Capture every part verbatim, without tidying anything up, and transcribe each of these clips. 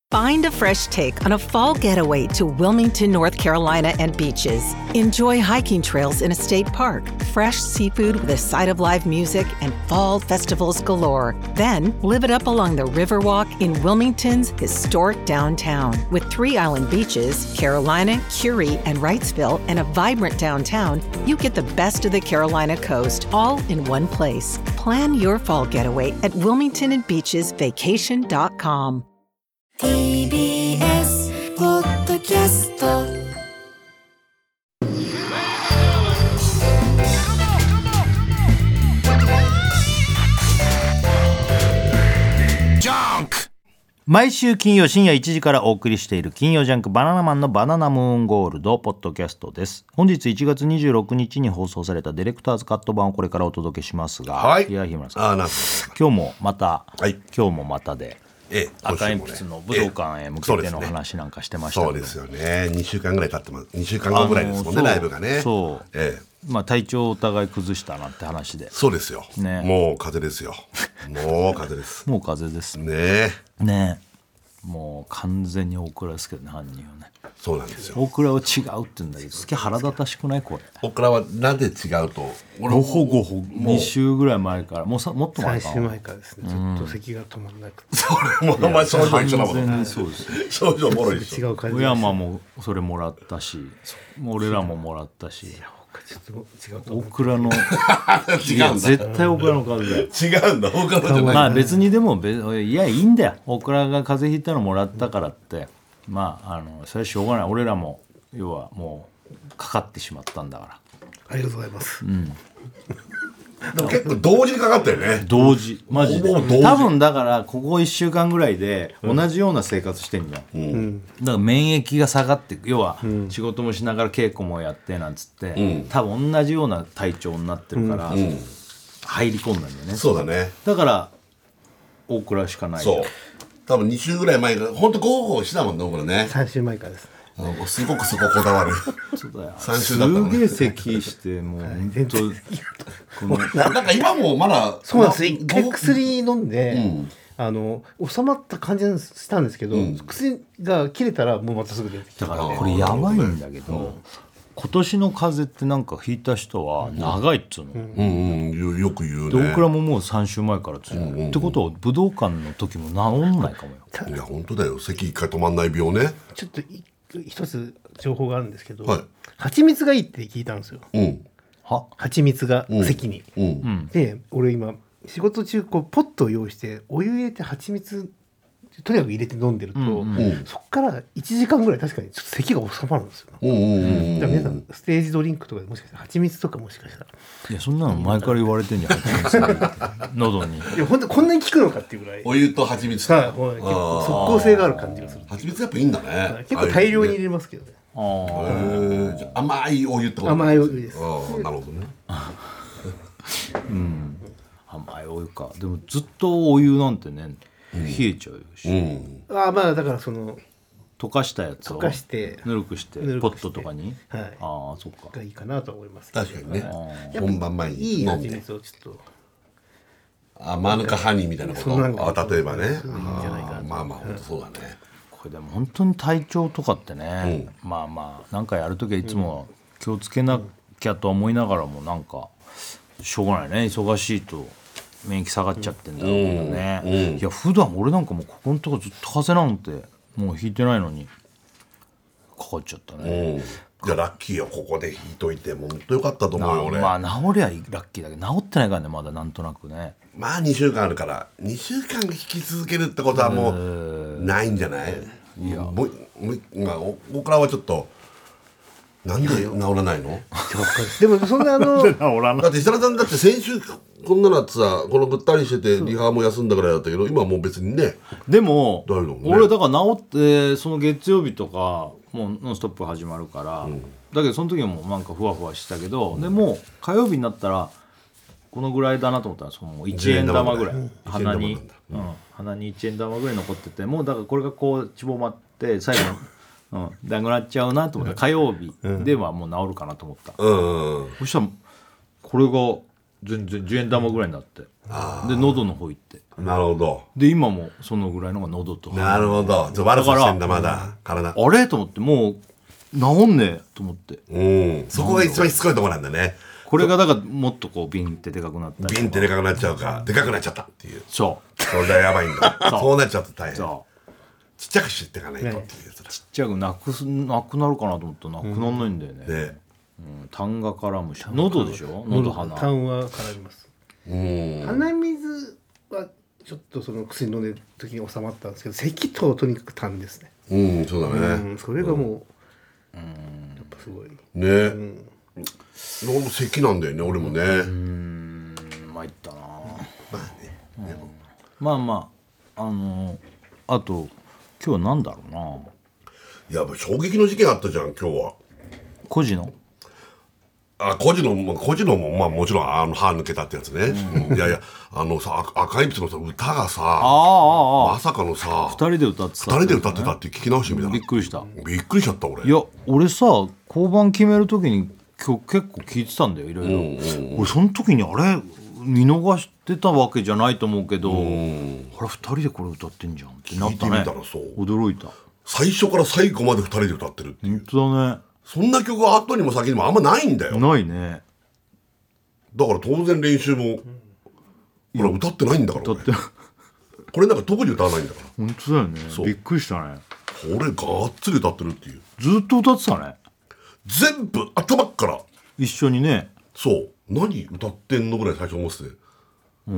Find a fresh take on a fall getaway to Wilmington, North Carolina and beaches. Enjoy hiking trails in a state park, fresh seafood with a side of live music, and fall festivals galore. Then live it up along the Riverwalk in Wilmington's historic downtown. With three island beaches, Carolina, Curie, and Wrightsville, and a vibrant downtown, you get the best of the Carolina coast all in one place. Plan your fall getaway at wilmington and beaches vacation dot com. ティービーエス ポッドキャスト毎週金曜深夜いちじからお送りしている金曜ジャンクバナナマンのバナナムーンゴールドポッドキャストです。本日いちがつにじゅうろくにちに放送されたディレクターズカット版をこれからお届けしますが、 はい、 いや日村さん、 あなん今日もまた、 はい、 今日もまたで、 ええ、 赤鉛筆の武道館へ向けての話なんかしてましたけど、 そうですよね。にしゅうかんぐらい経ってます。にしゅうかんごぐらいですもんね、ライブがね。 そう、 ええ、 まあ体調をお互い崩したなんて話で。 そうですよ、 ね、 もう風邪ですよ。もう風邪ですもう風邪ですね。 ねもう完全に大倉ですけどね、犯人はね。 そうなんですよ。 大倉は違うって言うんだけど、すげえ腹立たしくないこれ。 大倉はなんで違うと。 ごほごほに週ぐらい前から、もうさもっと前かな。 さん週前からですね。ずっと咳が止まらなくて。 それもお前症状一緒だもん。 完全にそうですよ。 症状もろいでしょ。 違う感じ。 小山もそれもらったし、俺らももらったし。 ちょっと違うと大倉の違いやうんだ。 絶対大倉の風邪だよ。 違うんだ。大倉じゃない。 まあ別にでも別いやいいんだよ。大倉が風邪ひいたのもらったからって、まああのそれはしょうがない。俺らも要はもうかかってしまったんだから。 ありがとうございます。 でも結構同時にかかったよね。 同時マジでほぼ同時多分だからここいっしゅうかんぐらいで同じような生活してんじゃん、うん、だから免疫が下がっていく。要は仕事もしながら稽古もやってなんつって、うん、多分同じような体調になってるから、うん、入り込んだんだよね。 そうだね。 だから大倉しかない。 そう多分に週ぐらい前から本当ゴーゴーしたもんね。大倉ね。 さん週前からです。 すごくそここだわる。 そうだよ。 さん週だったのね。 すげえ咳してもう本当このなんか今もまだそうなんです。一回薬飲んで、 うん、 あの収まった感じしたんですけど、うん、薬が切れたらもうまたすぐ出てきた。 だからこれやばいんだけど、うん、今年の風邪ってなんか引いた人は長いっつうの、うんうんうん、よく言うね。 大倉ももうさん週前からつう、うんうん、ってことは武道館の時も治んないかもよ。 いや本当だよ。咳一回止まんない病ね。 ちょっと一つ情報があるんですけど、 はい、 蜂蜜がいいって聞いたんですよ、 うん、 は蜂蜜が咳に、 うんうん、 で俺今仕事中こうポットを用意してお湯入れて蜂蜜とにかく入れて飲んでると、うんうん、そこからいちじかんぐらい確かにちょっと咳が収まるんですよ、うんうんうん、だから皆さんステージドリンクとかでもしかしたら蜂蜜とかもしかしたらいやそんなの前から言われてんじゃん喉に。 いや本当こんなに効くのかっていうぐらいお湯と蜂蜜と、 はい、結構即効性がある感じがする。 蜂蜜やっぱいいんだね。 結構大量に入れますけどね。 あーじゃ甘いお湯ってこと。 甘いお湯です。 あなるほどね。 うん、甘いお湯か。でもずっとお湯なんてね冷えちゃうし、 うん、あまあだからその溶かしたやつを溶かしてぬるくしてポットとかに、 はい、 ああそっかがいいかなと思いますけど。 確かにね。本番前にいい飲んで蜂蜜をちょっとあマヌカハニーみたいなことあ例えばね。 いいんじゃないかな。 まあまあ本当そうだね。 これでも本当に体調とかってね、うん、まあまあなんかやるときはいつも気をつけなきゃと思いながらもなんかしょうがないね。忙しいと免疫下がっちゃってんだろうけどね、うんうん、いや普段俺なんかもうここのとこずっと風邪なんてもう引いてないのにかかっちゃったね、うん、 いやラッキーよ。ここで引いといても本当よかったと思うよ俺。 まあ治りゃラッキーだけど治ってないからねまだなんとなくね。 まあにしゅうかんあるからにしゅうかん引き続けるってことはもうないんじゃない。いやもうまあ大倉はちょっとなんで治らないの。 でもそんなあのだって設楽さんだって先週こんなのさこのぐったりしててリハも休んだからやったけど今はもう別にね。 でもだね俺だから治ってその月曜日とかもうノンストップ始まるから、うん、だけどその時はもうなんかふわふわしてたけど、うん、でも火曜日になったらこのぐらいだなと思ったらそのいちえん玉ぐらい、うん、鼻に、うん、鼻にいちえん玉ぐらい残っててもうだからこれがこうちぼまって最後うん、なくなっちゃうなと思った、うん、火曜日ではもう治るかなと思った、うん、そしたらこれが全然じゅうえん玉ぐらいになって、で喉の方行って、 なるほど。 で今もそのぐらいのが喉と鼻。 なるほど。ちょ悪さしてんだまだ体。 あれと思って、もう治んねえと思って、 うん、そこが一番しつこいところなんだね。 これがだからもっとこうビンってでかくなったり、 ビンってでかくなっちゃうか、でかくなっちゃったっていう。 そうそれがやばいんだ。そうなっちゃうと大変。 そうちっちゃくしていかないとっていうやつだ。 ちっちゃくなくすなくなるかなと思ったらなくならないんだよね。 ね、 うん、痰が絡むし、喉でしょ、喉鼻。 痰は絡みます。 うん。 鼻水はちょっとその薬飲んでる時に収まったんですけど、咳ととにかく痰ですね。 うん、そうだね。 うん、それがもう、うん、やっぱすごい。 ね。うん、俺も咳なんだよね、俺もね。うん、参ったな。まあね。 うん、まあまあ、あのー、あと今日はなんだろうな。 いや、衝撃の事件あったじゃん今日は。 孤児の。 あ、孤児の孤児のもまあもちろんあの歯抜けたってやつね。うん、いやいや、あのさ、赤いびつのさ歌がさ、ああまさかのさ、 二人で歌ってた、 二人で歌ってたって聞き直してみたらびっくりした。 びっくりしちゃった俺。 いや、俺さ、交番決める時に今日結構聞いてたんだよ、いろいろ。うんうん、俺その時にあれ見逃してたわけじゃないと思うけど、うん、あれ二人でこれ歌ってんじゃんってなったね。 聞いてみたらそう。 驚いた。 最初から最後まで二人で歌ってるっていう。 本当だね。 そんな曲が後にも先にもあんまないんだよ。 ないね。 だから当然練習も、うん、ほら歌ってないんだから。歌ってこれなんか特に歌わないんだから。 本当だよね。びっくりしたね。 これがっつり歌ってるっていう。 ずっと歌ってたね。 全部頭っから一緒にね。 そう、何歌ってんのぐらい最初思ってて、 うん、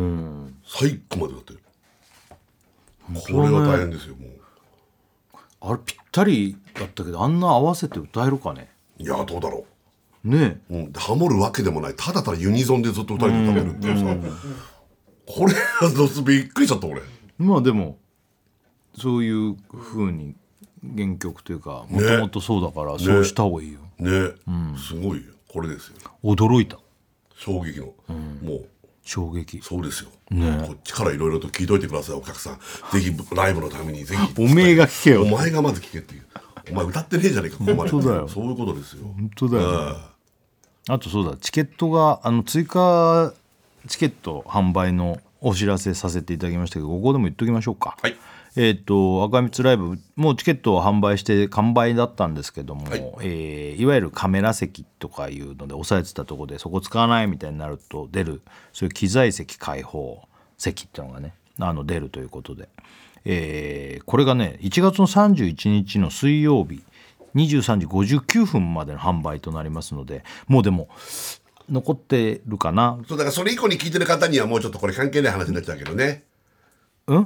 最後まで歌ってる。これは大変ですよ。もうあれぴったりだったけど、あんな合わせて歌えるかね。 いやどうだろうねえ、うん、ハモるわけでもない、ただただユニゾンでずっと二人で歌ってるっていうさ、うん、これはびっくりしちゃった俺。 まあでもそういう風に原曲というかもともとそうだから、ね、そうした方がいいよね、うん、すごいよこれですよ。 驚いた。 衝撃の、うん、もう衝撃。 そうですよ、 ね、 こっちからいろいろと聞いといてくださいお客さん。ぜひライブのためにぜひおめえが聞けよ。 お前がまず聞けっていう。お前歌ってねえじゃねえかここまで。 本当だよ。 そういうことですよ。 本当だよ、ね、あとそうだ、チケットがあの追加チケット販売のお知らせさせていただきましたけど、ここでも言っときましょうか。 はい。 えー、と赤みつライブもうチケットを販売して完売だったんですけども、はい、えー、いわゆるカメラ席とかいうので押さえてたところでそこ使わないみたいになると出る、そういう機材席開放席っていうのがねあの出るということで、えー、これがねいちがつのさんじゅういちにちの水曜日にじゅうさんじごじゅうきゅうふんまでの販売となりますので、もうでも残ってるかな。 そうだからそれ以降に聞いてる方にはもうちょっとこれ関係ない話になっちゃうけどね。 うん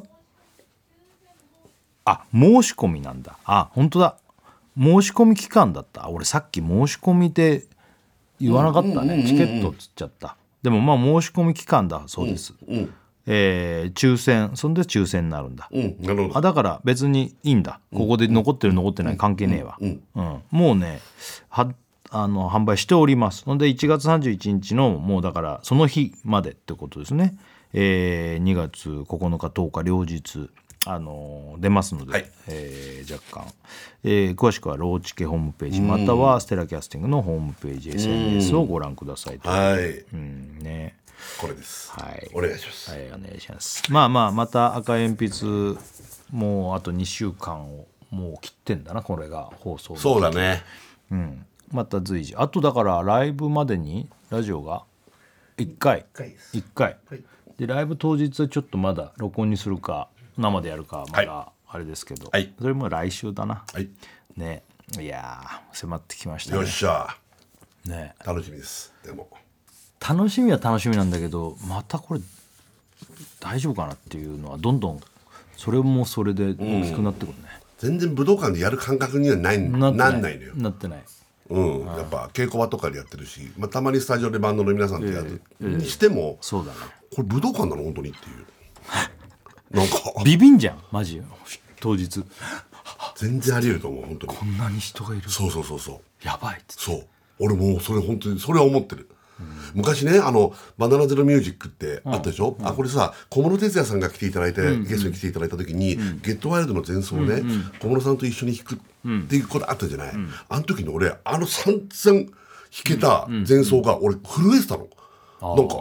あ、申し込みなんだ。あ、本当だ。申し込み期間だった。俺さっき申し込みで言わなかったね。チケットっつっちゃった。でもまあ申し込み期間だそうです。うんうん、えー、抽選、そんで抽選になるんだ。 うん、なるほど。 あ、だから別にいいんだ。ここで残ってる残ってない関係ねえわ。うんうん、もうねはあの販売しております。のでいちがつさんじゅういちにちのもうだからその日までってことですね。えー、にがつここのかとおか両日。あのー、出ますので、はい、えー、若干、えー、詳しくはローチケホームページまたはステラキャスティングのホームページ エスエヌエス をご覧くださいと。 はい、 うんね、 これです、 はい、 お願いします。 はい、お願いします。まあまあまた赤鉛筆もうあとにしゅうかんをもう切ってんだなこれが放送。 そうだね、 うん、また随時あとだからライブまでにラジオがいっかいいっかい、はい、でライブ当日はちょっとまだ録音にするか生でやるかまだあれですけど、はい、それも来週だな、はい、ね。いやー迫ってきましたね。 よっしゃ、 ね、 楽しみです。でも楽しみは楽しみなんだけどまたこれ大丈夫かなっていうのはどんどんそれもそれで大きくなってくるね、 うん、全然武道館でやる感覚にはないなってない、なんないのよ。 なってない、 うん、やっぱ稽古場とかでやってるし、まあ、たまにスタジオでバンドの皆さんとやるにしても、えーえー、 そうだね、 これ武道館なの本当にっていうなんかビビんじゃんマジ当日全然ありえると思う本当に。 こんなに人がいる。 そうそうそうそうやばいって。 そう俺もうそれ本当にそれは思ってる、うん、昔ねあのバナナゼロミュージックってあったでしょ、うん、あこれさ小室哲哉さんが来ていただいて、うん、ゲストに来ていただいた時に、うん、ゲットワイルドの前奏をね、うん、小室さんと一緒に弾くっていうことあったじゃない、うん、あの時に俺あの散々弾けた前奏が俺震えてたの、うん、なんか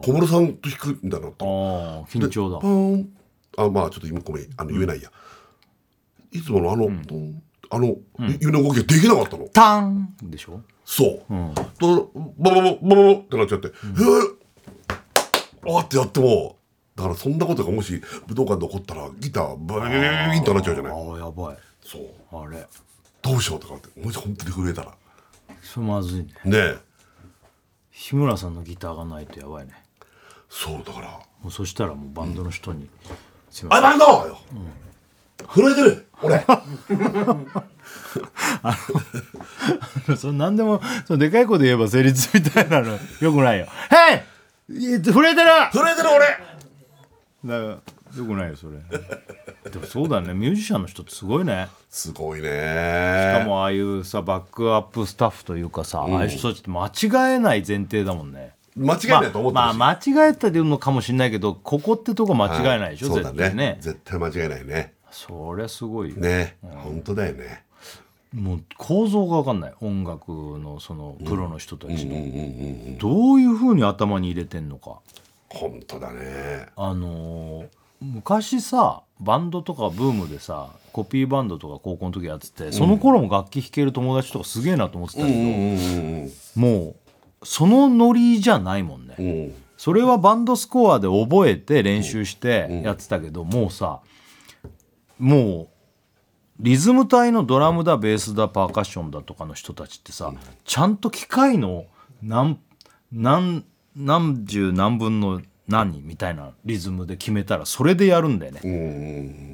小室さんと弾くんだなと。 あ緊張だ。 パーンあまあちょっと今ごめんあの言えないや、いつものあの、うん、あの、うん、指の動きができなかったの。 ターンでしょ。 そう、うん、とババババババってなっちゃって、うん、えー、あってやってもだからそんなことがもし武道館で起こったらギターブーンってなっちゃうじゃない。 ああやばい。 そうあれどうしようとかってもし本当に震えたらそれまずいね。 ねえ日村さんのギターがないとやばいね。 そうだからもうそしたらもうバンドの人に、うん、 すいませんあバンドよ、うん、震えてる俺あのそれ何でもそのでかい声で言えば成立みたいなのよくないよ。へい震えてる震えてる俺だからよくないよそれでもそうだねミュージシャンの人ってすごいね。 すごいね。 しかもああいうさバックアップスタッフというかさ、うん、ああいう人たちって間違えない前提だもんね。 間違えないと思ってるし、 まあ、まあ間違えたのかもしれないけどここってとこ間違えないでしょ、はい、絶対 ね, ね絶対間違えないね。 そりゃすごいよね、うん、本当だよね。 もう構造が分かんない音楽のそのプロの人たちのどういう風に頭に入れてんのか。 本当だね。 あのー、昔さバンドとかブームでさコピーバンドとか高校の時やってて、うん、その頃も楽器弾ける友達とかすげえなと思ってたけど、うんうんうんうん、もうそのノリじゃないもんね、うん、それはバンドスコアで覚えて練習してやってたけど、うんうん、もうさもうリズム隊のドラムだベースだパーカッションだとかの人たちってさ、うん、ちゃんと機械の何何何十何分の何みたいなリズムで決めたらそれでやるんだよね、うん、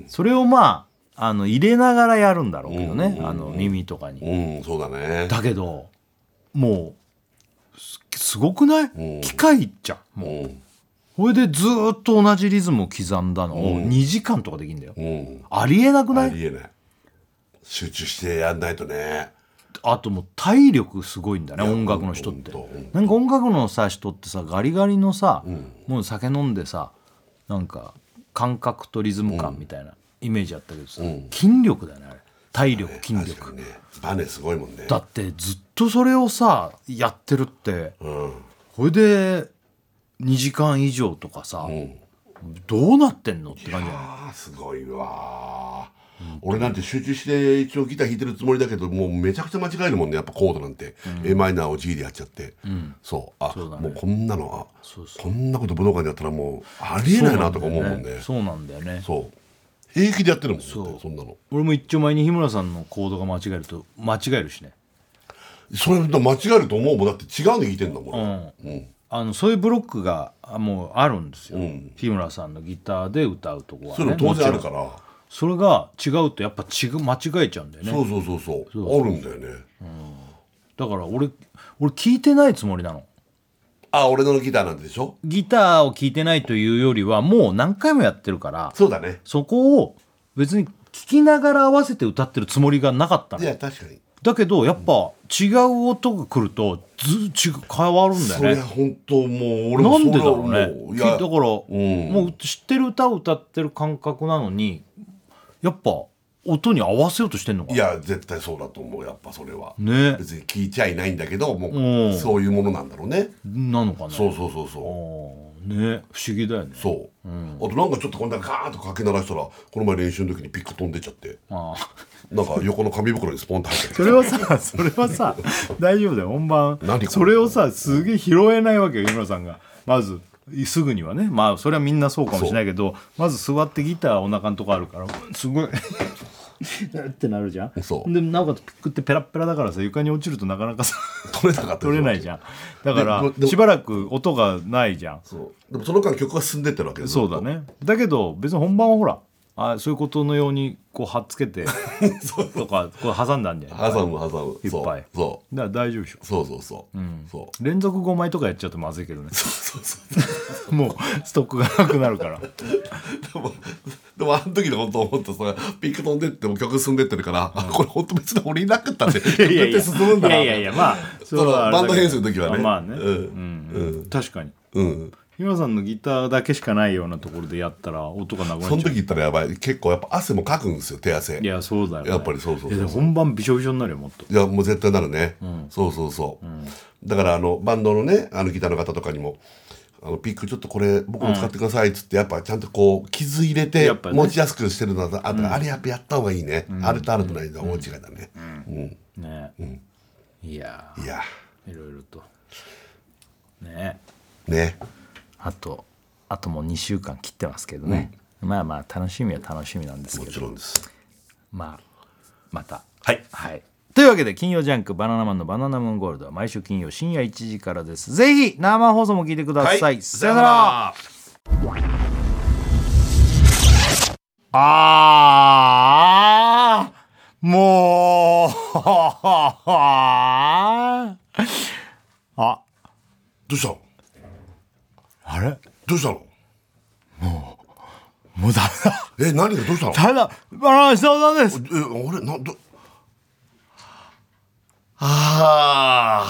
それをまあ、あの入れながらやるんだろうけどね、うん、あの耳とかに、 うん、そうだね。だけどもう す, すごくない、うん、機械じゃんもう、うん、これでずっと同じリズムを刻んだのをにじかんとかできるんだよ、うん、ありえなくない？ ありえない。集中してやんないとね。 あともう体力すごいんだね音楽の人って。なんか音楽のさ人ってさガリガリのさ、うん、もう酒飲んでさなんか感覚とリズム感みたいなイメージあったけどさ、うん、筋力だよねあれ。体力筋力、 ね、バネすごいもんね。 だってずっとそれをさやってるって、うん、これでにじかん以上とかさ、うん、どうなってんのって感じ。いやすごいわ。俺なんて集中して一応ギター弾いてるつもりだけどもうめちゃくちゃ間違えるもんねやっぱコードなんて、うん、エーマイナーを G でやっちゃって、うん、そうあそうだ、ね、もうこんなのあそうそうこんなこと武道館でやったらもうありえないなとか思うもんね。 そうなんだよね。 そう平気でやってるもんね。そ, そんなの俺も一丁前に日村さんのコードが間違えると間違えるしね。 それ間違えると思うもんだって違うの弾いてんだもん、 うんうん、あのそういうブロックがもうあるんですよ、うん、日村さんのギターで歌うとこはね。 それ当然あるからそれが違うとやっぱ違う間違えちゃうんだよね。 そうそうそうそうそうそうあるんだよね、うん、 だから俺俺聞いてないつもりなの。 あ俺のギターなんでしょ。 ギターを聞いてないというよりはもう何回もやってるからそうだねそこを別に聞きながら合わせて歌ってるつもりがなかったの。 いや確かにだけどやっぱ違う音が来るとず違う変わるんだよね。 それ本当もう俺もなんでだろうね。だから、うん、もう知ってる歌を歌ってる感覚なのにやっぱ音に合わせようとしてんのかな。 いや絶対そうだと思う。やっぱそれは、ね、別に聞いちゃいないんだけどもうそういうものなんだろうね。 なのかね。 そうそうそうそうね不思議だよね。 そう、うん、あとなんかちょっとこんなガーッとかけ鳴らしたらこの前練習の時にピック飛んでっちゃってあなんか横の紙袋にスポンと入ってそれはさそれはさ大丈夫だよ本番それをさすげえ拾えないわけよ日村さんがまずすぐにはね。まあそれはみんなそうかもしれないけどまず座ってギターお腹のとこあるからすごいってなるじゃん。そうでなおかつピックってペラッペラだからさ床に落ちるとなかなかさ取れなかった取れないじゃん。だからしばらく音がないじゃん。 そうでもその間曲が進んでってるわけです。 そうだね。だけど別に本番はほらあそういうことのようにこう貼っつけてとかこう挟んだんじゃない。 挟む挟むいっぱい。そうだから大丈夫でしょ。 そうそうそう、うん、 そう連続ごまいとかやっちゃうとまずいけどね。そうそうそうもうストックがなくなるからでもでもあの時の本当思ったさピック飛んでっても曲進んでってるから、うん、これ本当別に俺いなかったんで曲って進むんだな。 いやいやいやまあそうバンド編成の時はねまあね、うんうんうん、確かに、うん日村さんのギターだけしかないようなところでやったら音がなくなっちゃう。 その時言ったらやばい結構やっぱ汗もかくんですよ手汗。 いやそうだよ、ね、 やっぱりそうそうそう本番びしょびしょになるよもっと。 いやもう絶対なるね、うん、そうそうそう、うん、だからあのバンドのねあのギターの方とかにもあのピックちょっとこれ僕も使ってくださいっつってやっぱちゃんとこう傷入れてやっぱね持ちやすくしてるのだあと、あれやっぱやった方がいいね、あれとあるとないのは大違いだね、うんね、いやいやいろいろとねねあとあともうにしゅうかん切ってますけどね、まあまあ楽しみは楽しみなんですもけどちろんですまあまたはいはいというわけで金曜ジャンクバナナマンのバナナムーンゴールドは毎週金曜深夜いちじからです。ぜひ生放送も聞いてください、 はい、 さよなら。あーもうあどうしたのあれどうしたのもうダメだえ何がどうしたのダメだバナナ下尾さんです。 え俺などあ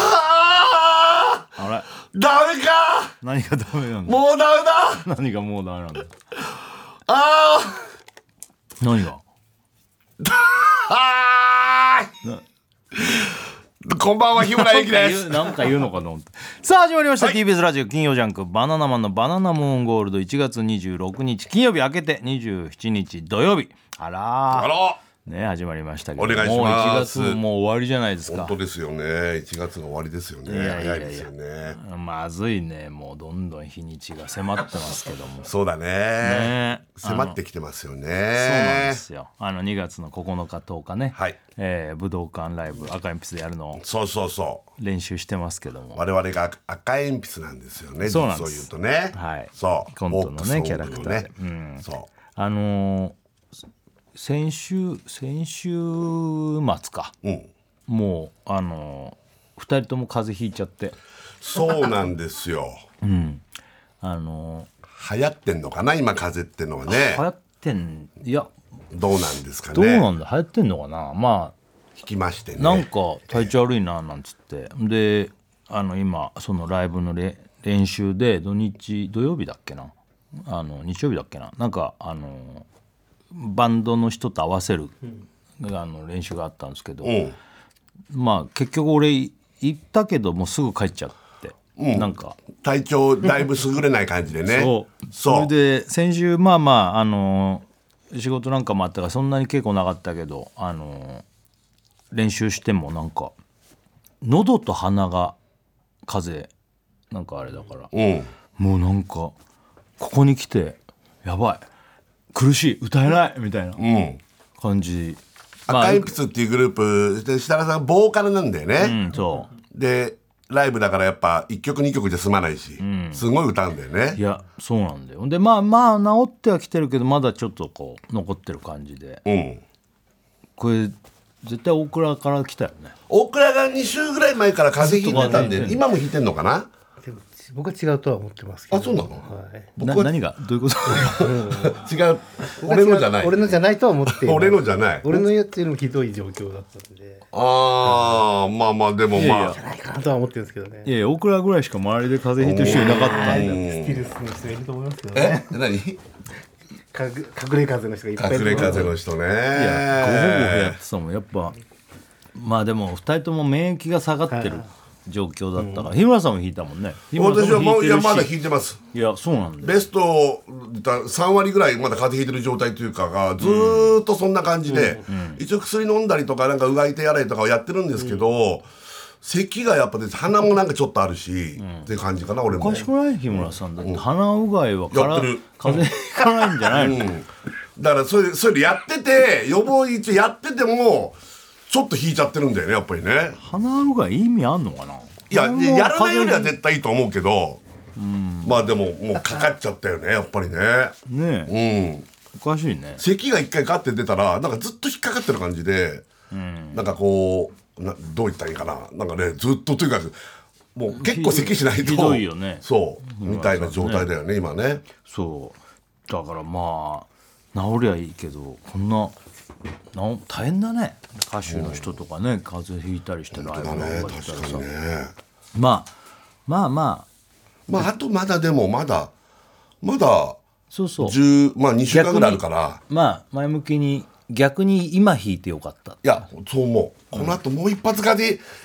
ーあれダメか何がダメなんだもうダメだ何がもうダメなんだあ何がーあーこんばんは日村ゆきですなんか言うのかと思ってさあ始まりました、はい、ティービーエス ラジオ金曜ジャンクバナナマンのバナナムーンゴールドいちがつにじゅうろくにち金曜日明けてにじゅうしちにち土曜日あらーあらね始まりましたけどお願いします。 もういちがつももう終わりじゃないですか。 本当ですよね。いちがつが終わりですよね。 いやいやいや早いですよね。 まずいねもうどんどん日にちが迫ってますけどもそうだねね迫ってきてますよね。 そうなんですよ。あのにがつのここのかとおかね、 はいえー、武道館ライブ赤鉛筆でやるのをそうそうそう練習してますけども我々が赤鉛筆なんですよね。 そうなんです実を言うとね、 はいそうコントのねフォークソングのキャラクターで、うんそうあのー先週先週末か、 うんもうあのー、ふたりとも風邪ひいちゃってそうなんですようんあの流行ってんのかな今風邪ってのはね流行ってんいやどうなんですかねどうなんだ流行ってんのかなま聞きましてねあなんか体調悪いななんつってであの今そのライブのレ練習で土日土曜日だっけなあの日曜日だっけななんかあのバンドの人と合わせる、うん、あの練習があったんですけど、うん、まあ結局俺行ったけどもうすぐ帰っちゃって、うん、なんか体調だいぶ優れない感じでねそうそうそれで先週まあまああの仕事なんかもあったからそんなに稽古なかったけどあの練習してもなんか喉と鼻が風邪なんかあれだから、うん、もうなんかここに来てやばい苦しい歌えないみたいな感じ、 うん、赤鉛筆っていうグループで設楽さんボーカルなんだよね、 うん、そうでライブだからやっぱいっきょくにきょくじゃ済まないし、うん、すごい歌うんだよね。 いやそうなんだよ。でまあまあ治ってはきてるけどまだちょっとこう残ってる感じで、うん、これ絶対大倉から来たよね。 大倉がに週ぐらい前から風邪ひいてたんで今もひいてんのかな。 でも僕は違うとは思ってますけど。 あそうなの、はい、 僕はな何がどういうこと違う俺のじゃない俺のじゃないとは思って俺のじゃない俺のやってるのひどい状況だったんでああまあまあでもまあじゃないかなとは思ってるんですけどね。 いやいや大倉ぐらいしか周りで風邪ひいてる人いなかったんでスキルスの人いると思いますけどね。 え何かぐ隠れ風の人がいっぱいいる。 隠れ風の人ね。いやゴホゴホやってたもんやっぱまあでもふたりとも免疫が下がってる状況だったから、うん、日村さんも引いたもんね。 私はもういやまだ引いてます。 いやそうなんだ。 ベストさんわりぐらいまだ風邪ひいてる状態というかがずーっとそんな感じで、うんうん、一応薬飲んだりとかなんかうがい手洗いとかをやってるんですけど、うん、咳がやっぱね鼻もなんかちょっとあるし、うん、っていう感じかな俺も。 おかしくない日村さんだって鼻うがいはからやってる風邪ひかないんじゃないの、うん、 だからそれそれやってて予防一応やっててもちょっと引いちゃってるんだよねやっぱりね。 鼻うがい意味あんのかな。 いややらないよりは絶対いいと思うけど、うん、まあでももうかかっちゃったよねやっぱりね。 ねえ、うん、おかしいね。 咳が一回かって出たらなんかずっと引っかかってる感じで、うん、なんかこうなどう言ったらいいかななんかねずっとというかもう結構咳しないとひどいよね。 そうみたいな状態だよね今ね。 そうだからまあ治りゃいいけどこんなな大変だね歌手の人とかね、うん、風邪ひいたりしてライブが終わったらさ、ねね、まあまあまあまああとまだでもまだまだそうそうまあにしゅうかんぐらいあるからまあ前向きに逆に今引いてよかった。 いやそう思う、うん、この後もう一発風邪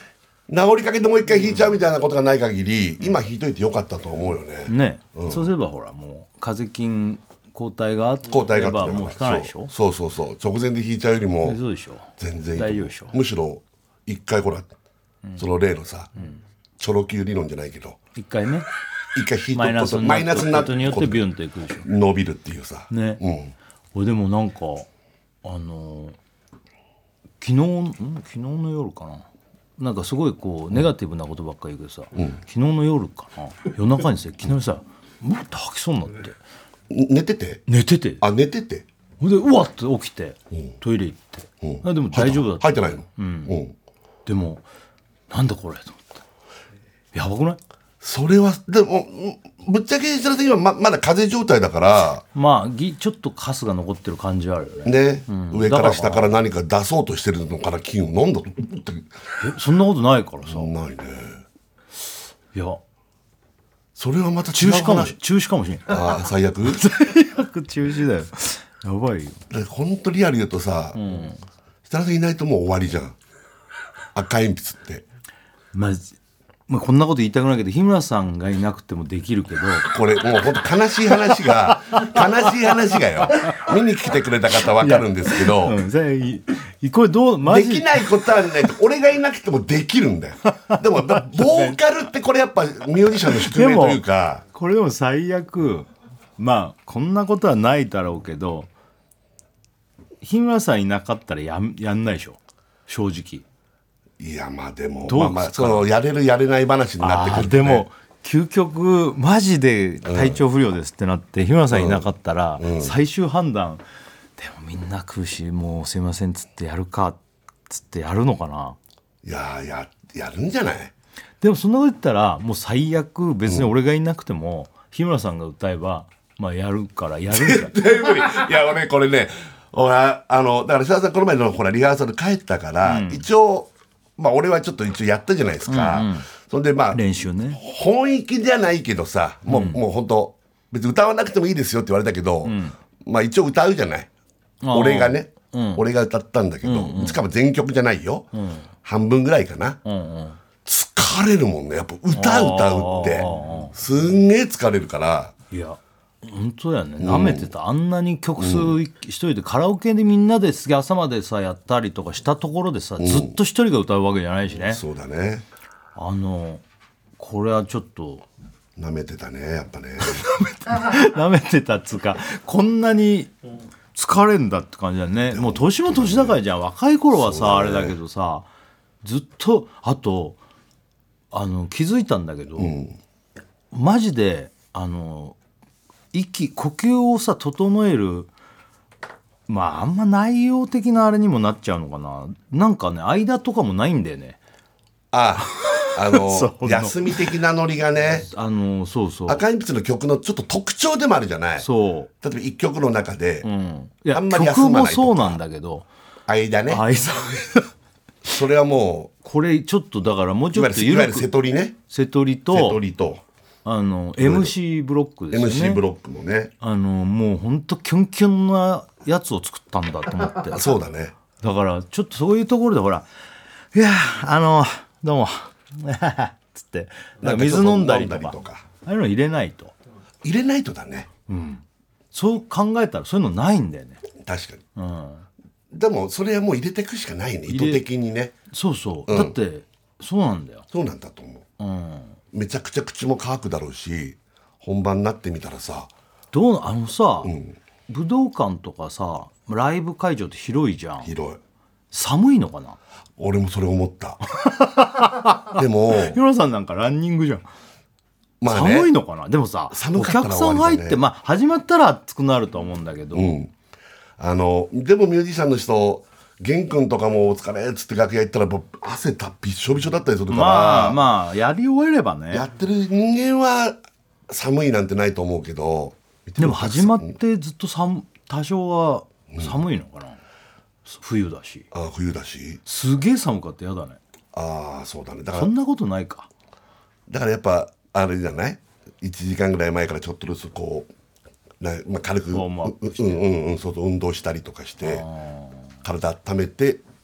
治りかけでもう一回引いちゃうみたいなことがない限り、うん、今引いといてよかったと思うよね。 ね、うん、そうすればほらもう風邪菌抗体があって抗体がばもう引かないでしょ。 そうそうそうそう直前で引いちゃうよりもそうでしょ全然いい大丈夫でしょ。 むしろ一回ほら、うん、その例のさ、うん、チョロ Q 理論じゃないけど一回ね一回引いとくことマイナスになることによってビュンといくでしょ。 伸びるっていうさね、うん、俺でもなんかあの昨日ん昨日の夜かななんかすごいこうネガティブなことばっかり言うけどさ、うん、昨日の夜かな夜中にさいきなりさもっと吐きそうになって寝てて寝ててあ寝ててでうわって起きて、うん、トイレ行って、うん、あでも大丈夫だった吐いてないの、 うんうん、でもなんだこれと思ってやばくない？ それはでもぶっちゃけしたら今 ま, まだ風邪状態だからまあぎちょっとカスが残ってる感じはあるよね。 ね、うん、上から下から何か出そうとしてるのから菌を飲んだとえそんなことないからさ。 ないね。 いやそれはまた中止かもし中止かもしれない。 ああ最悪最悪中止だよ。やばいよ。 本当リアル言うとさ、うん、設楽さんいないともう終わりじゃん赤鉛筆って。 まじまあ、こんなこと言いたくないけど日村さんがいなくてもできるけどこれもう本当悲しい話が悲しい話がよ見に来てくれた方分かるんですけど、うん、 これどうマジできないことはない俺がいなくてもできるんだよ。でもボーカルってこれやっぱミュージシャンの宿命というかこれでも最悪まあこんなことはないだろうけど日村さんいなかったら や, やんないでしょ正直。 いやまあでもまあまあそのやれるやれない話になってくる、ね、 でも究極マジで体調不良ですってなって、うん、日村さんいなかったら、うん、最終判断でもみんな食うしもうすいませんっつってやるかっつってやるのかな。 いや や, やるんじゃない。 でもそんなこと言ったらもう最悪別に俺がいなくても、うん、日村さんが歌えばまあやるからやるんじゃない。 絶対無理。いや俺これね俺あのだから設楽さんこの前のほらリハーサル帰ったから、うん、一応まあ俺はちょっと一応やったじゃないですか、うんうん、そんでまあ練習ね本意じゃないけどさもう、うん、もう本当別に歌わなくてもいいですよって言われたけど、うん、まあ一応歌うじゃない俺がね、うん、俺が歌ったんだけど、うんうん、しかも全曲じゃないよ、うん、半分ぐらいかな、うんうん、疲れるもんねやっぱ歌歌うってすんげえ疲れるから。 いや本当だよね舐めてた、うん、あんなに曲数一人でカラオケでみんなで朝までさやったりとかしたところでさ、うん、ずっと一人が歌うわけじゃないしね。 そうだね。 あのこれはちょっと舐めてたねやっぱね舐めてたっつうかこんなに疲れんだって感じだね。もう年も年高いじゃん。若い頃はさ、ね、あれだけどさずっとあとあの気づいたんだけど、うん、マジであの息呼吸をさ整えるまああんま内容的なあれにもなっちゃうのかな。なんかね間とかもないんだよね。 あああの休み的なノリがねあのそうそう赤鉛筆の曲のちょっと特徴でもあるじゃない。 そう例えばいっきょくの中で、うん、 いやあんまり休まないとか曲もそうなんだけど間ね間それはもうこれちょっとだからもうちょっといわゆる瀬戸りね瀬戸りと瀬戸りとあの エムシー ブロックですよね。 エムシー ブロックもねあのもうほんとキュンキュンなやつを作ったんだと思ってそうだね。 だからちょっとそういうところでほらいやあのどうもつってなんか水飲んだりとかああいうの入れないと入れないとだね、 うん、そう考えたらそういうのないんだよね。 確かに、 うん、 でもそれはもう入れていくしかないね意図的にね。 そうそう、うん、だってそうなんだよ。 そうなんだと思う、 うん、 めちゃくちゃ口も乾くだろうし本番になってみたらさどうあのさ、うん、武道館とかさライブ会場って広いじゃん。 広い。 寒いのかな。 俺もそれ思ったでもヒロさんなんかランニングじゃん、まあね、寒いのかな。でもさお客さん入って、まあ、始まったら暑くなると思うんだけど、うん、 あのでもミュージシャンの人玄君とかもお疲れっつって楽屋行ったら汗たびっしょびしょだったりするからまあまあやり終えればねやってる人間は寒いなんてないと思うけどでも始まってずっと寒多少は寒いのかな、うん、冬だしあ冬だしすげえ寒かったやだね。 ああそうだね。だからそんなことないか。 だからやっぱあれじゃないいちじかんぐらい前からちょっとずつこうな、まあ、軽くうんうんうんそうそう運動したりとかして体温めて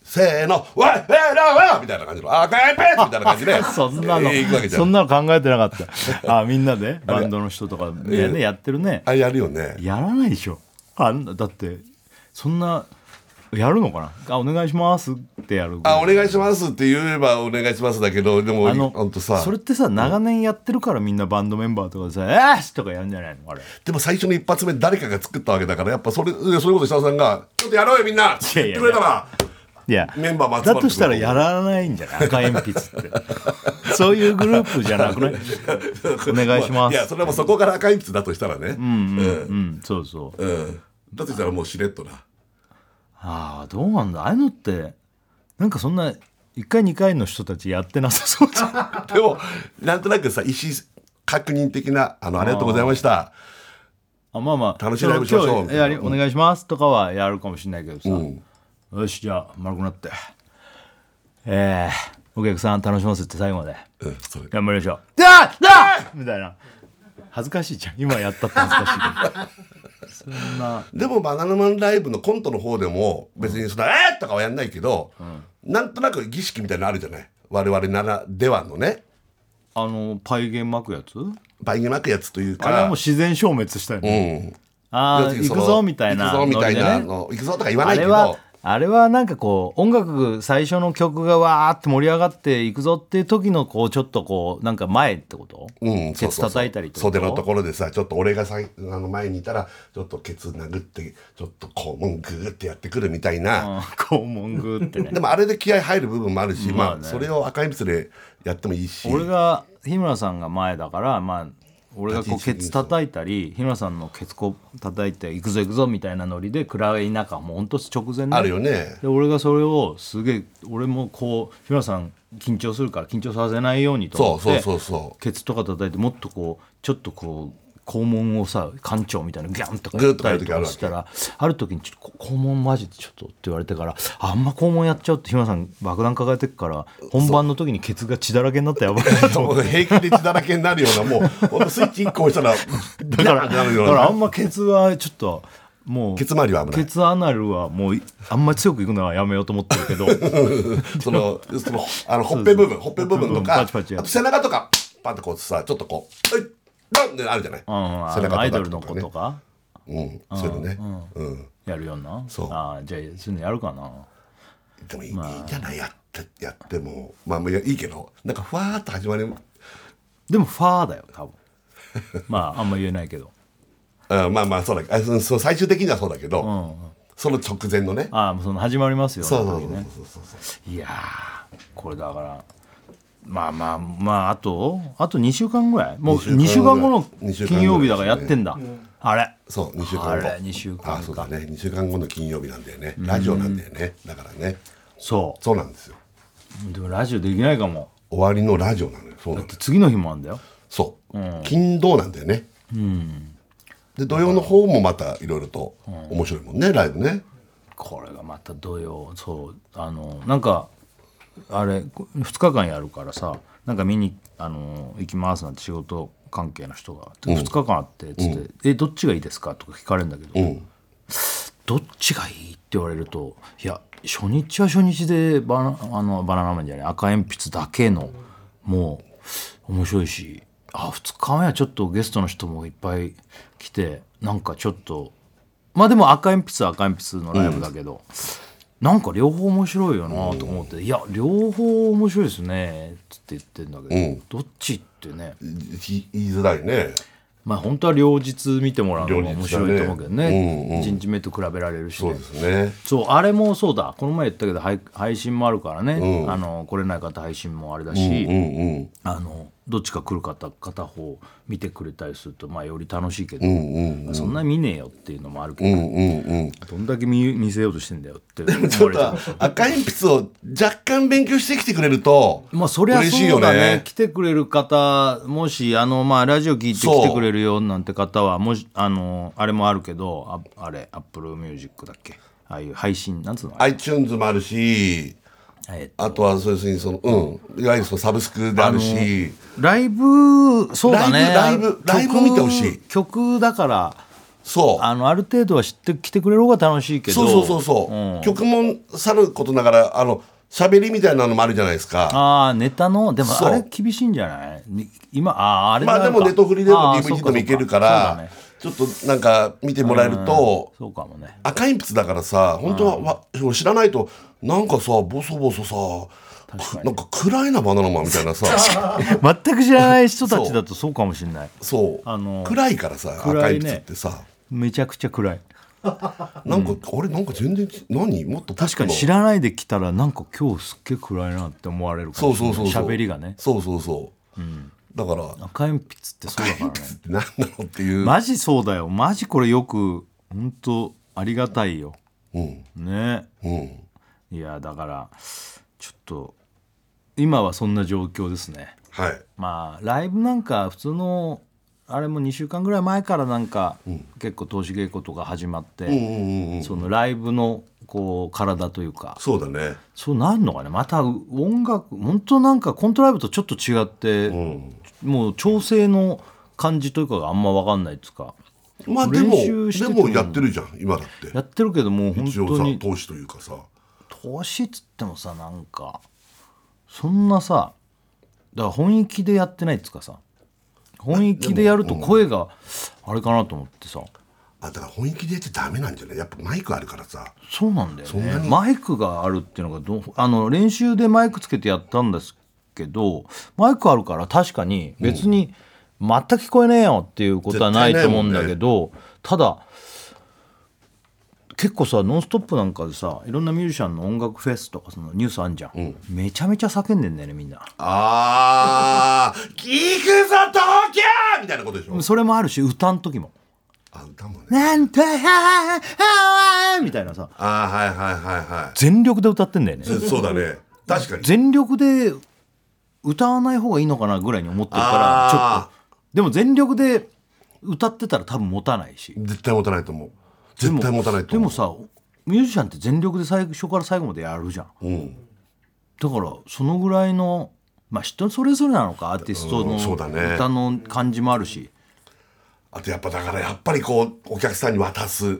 せーのわいえーなわみたいな感じの赤いペースみたいな感じでそんなの、 えー行くわけじゃんそんなの考えてなかったあみんなでバンドの人とかね、ねやってるね。 あれやるよね。 やらないでしょあんな。だってそんなやるのかな。あお願いしますってやる。 あお願いしますって言えばお願いしますだけど、でもあのほんとさそれってさ長年やってるからみんなバンドメンバーとかでさ「えーし!」とかやるんじゃないのあれ。 でも最初の一発目誰かが作ったわけだから、やっぱそれそれこそ設楽さんが「ちょっとやろうよみんな」って言ってくれたらいやメンバーも集まってだとしたらやらないんじゃない赤鉛筆ってそういうグループじゃなくないお願いします。 いやそれはもうそこから赤い筆だとしたらね、 うんうんうんそうそう、 うんだとしたらもうしれっとな。 ああどうなんだああいうのって。なんかそんないっかいにかいの人たちやってなさそうじゃんでもなんとなくさ意思確認的なあのありがとうございましたあまあまあ楽しいライブしましょう今日やりお願いしますとかはやるかもしれないけどさ、 うんよしじゃあ丸くなってえー、お客さん楽しませて最後までうんそれ頑張りましょうだーだーみたいな恥ずかしいじゃん今やったって恥ずかしいけどそんなでもバナナマンライブのコントの方でも別にその「えー!」とかはやんないけど、なんとなく儀式みたいなのあるじゃない我々ならではのねあのパイゲン巻くやつ倍に巻くやつというかあれはもう自然消滅したようね、 んああ要するにその行くぞみたいな行くぞみたいなノリでねの行くぞとか言わないけあれはどあれはなんかこう音楽最初の曲がわーって盛り上がっていくぞっていう時のこうちょっとこうなんか前ってこと、 うん、 ケツ叩いたりってこと袖のところでさちょっと俺がさあの前にいたらちょっとケツ殴ってちょっと肛門グーってやってくるみたいな、 うん肛門グーってねでもあれで気合入る部分もあるし、まあまあねそれを赤い筆でやってもいいし俺が日村さんが前だからまあ俺がこう立ち位置ケツ叩いたり日村さんのケツこう叩いて行くぞ行くぞみたいなノリで暗い中もうほんと直前ねあるよねで俺がそれをすげえ俺もこう日村さん緊張するから緊張させないようにと思ってそうそうそうそうケツとか叩いてもっとこうちょっとこう肛門をさ館長みたいなギャンとかグッとやる時あるわけしたらある時にちょっと肛門マジでちょっとって言われてからあんま肛門やっちゃうって日村さん爆弾抱えてくから本番の時にケツが血だらけになったらやばいなと思ってもう平気で血だらけになるようなもうほんとスイッチいっこ押したらだからビャーってなるようだからあんなまケツはちょっともうケツ周りは危ないケツアナルはもうあんまり強くいくのはやめようと思ってるけどそのそのあのほっぺ部分ほっぺ部分とかパチパチやるあと背中とかパンとこうさちょっとこう「はいバン!」ってあるじゃない、 うんあ背中のアイドルの叩くとか子とかねうんそういうのねうんやるようなそうあじゃあそういうのやるかなでもいい,、いいんじゃないやってやってもまあもういいけどなんかふわーっと始まるでもファーだよ多分まああんま言えないけどうんまあまあそうだあそそう最終的にはそうだけど、 うんその直前のねあその始まりますよそうそうそう時ねそうそうそういやーこれだからまあまあまああとあとにしゅうかんぐらいもうにしゅうかんごの金曜日だからやってんだ、あれそうにしゅうかんごあれにしゅうかんかあそうだねにしゅうかんごの金曜日なんだよねラジオなんだよねだからねそそうなんですようでもラジオできないかも終わりのラジオなのよそうなのよ次の日もあんだよそう、金土なんだよねで土曜の方もまたいろいろと面白いもんねライブねこれがまた土曜そうあのなんかあれふつかかんやるからさなんか見にあの行きますなんて仕事関係の人がふつかかんあってつって「えどっちがいいですか?」とか聞かれるんだけど、 うんどっちがいいって言われるといや初日は初日でバナあのバナナマンじゃない赤鉛筆だけのもう面白いしあふつかめはちょっとゲストの人もいっぱい来てなんかちょっとまあでも赤鉛筆は赤鉛筆のライブだけど、うん、なんか両方面白いよなと思って、うん、いや両方面白いですねって言ってんだけど、うん、どっちってね言いづらいねまあ本当は両日見てもらうのが面白いと思うけどね、 ねうんうん、 いちにちめと比べられるし、ね、 そうですねそうあれもそうだこの前言ったけど配配信もあるからね、 うん、 あの来れない方配信もあれだし、 うんうんうん、 あのどっちか来る方片方見てくれたりするとまあより楽しいけど、 うんうんうん、 そんな見ねえよっていうのもあるけど、 うんうんうん、 どんだけ 見, 見せようとしてんだよってでもちょっと赤鉛筆を若干勉強してきてくれるとまあそりゃそうだね来てくれる方もしあのまあラジオ聞いて来てくれるよなんて方はもしあのあれもあるけど あ, あれアップルミュージックだっけああいう配信なんつうの iTunes もあるしえっと、あとはそういうその、うん、いわゆるそのサブスクであるしライブそうだねライブライブライブ見てほしい曲だからそうあのある程度は知ってきてくれる方が楽しいけど、 そうそうそうそう、 うん曲もさることながらあの喋りみたいなのもあるじゃないですか。 ああネタのでもそうあれ厳しいんじゃないに今あああれまあでもネットフリでもあーディーブイディーそうかでもいけるかそうら、 だねちょっとなんか見てもらえると、 そうかもね赤鉛筆だからさ本当はわ知らないとなんかさボソボソさなんか暗いなバナナマンみたいなさ全く知らない人たちだとそうかもしれないそう、 あの暗いからさ赤暗いね鉛筆ってさ、 めちゃくちゃ暗いなんか、あれなんか全然何もっと確かに知らないで来たらなんか今日すっげえ暗いなって思われるかそもしれないうそうそうそう喋りがねそうそうそう、だから赤鉛筆ってそうだからね何なのっていう、 マジそうだよマジこれよく本当ありがたいようんねうんいやだからちょっと今はそんな状況ですねはいまあライブなんか普通のあれもにしゅうかんぐらい前からなんか、結構投資稽古とか始まって、 うんうんうんうんそのライブのこう体というかそうだねそうなるのかねまた音楽本当なんかコントライブとちょっと違って、もう調整の感じというかがあんま分かんないですかまあでも練習してでてももやってるじゃん今だってやってるけどもう本一応当にさ投資というかさ投資っつってもさなんかそんなさだから本意気でやってないっつうかさ本意気でやると声があれかなと思ってさあだから本気でやっちゃダメなんじゃないやっぱマイクあるからさそうなんだよそんなにねマイクがあるっていうのがどうあの練習でマイクつけてやったんですけどマイクあるから確かに別に全く聞こえねえよっていうことはないと思うんだけど、ただ結構さノンストップなんかでさいろんなミュージシャンの音楽フェスとかそのニュースあんじゃん、めちゃめちゃ叫んでんだよねみんなあー行くぞ東京みたいなことでしょそれもあるし歌ん時もあ歌もねなんてははみたいなさあーはいはいはいはい全力で歌ってんだよねそそうだね確かに全力で歌わない方がいいのかなぐらいに思ってるからちょっあとでも全力で歌ってたら多分持たないしー絶対持たないと思う絶対持たないと思うでもさミュージシャンって全力で最初から最後までやるじゃんうんだからそのぐらいのまあ人それぞれなのかアーティストうんそうだねの歌の感じもあるしあとやっぱだからやっぱりこうお客さんに渡す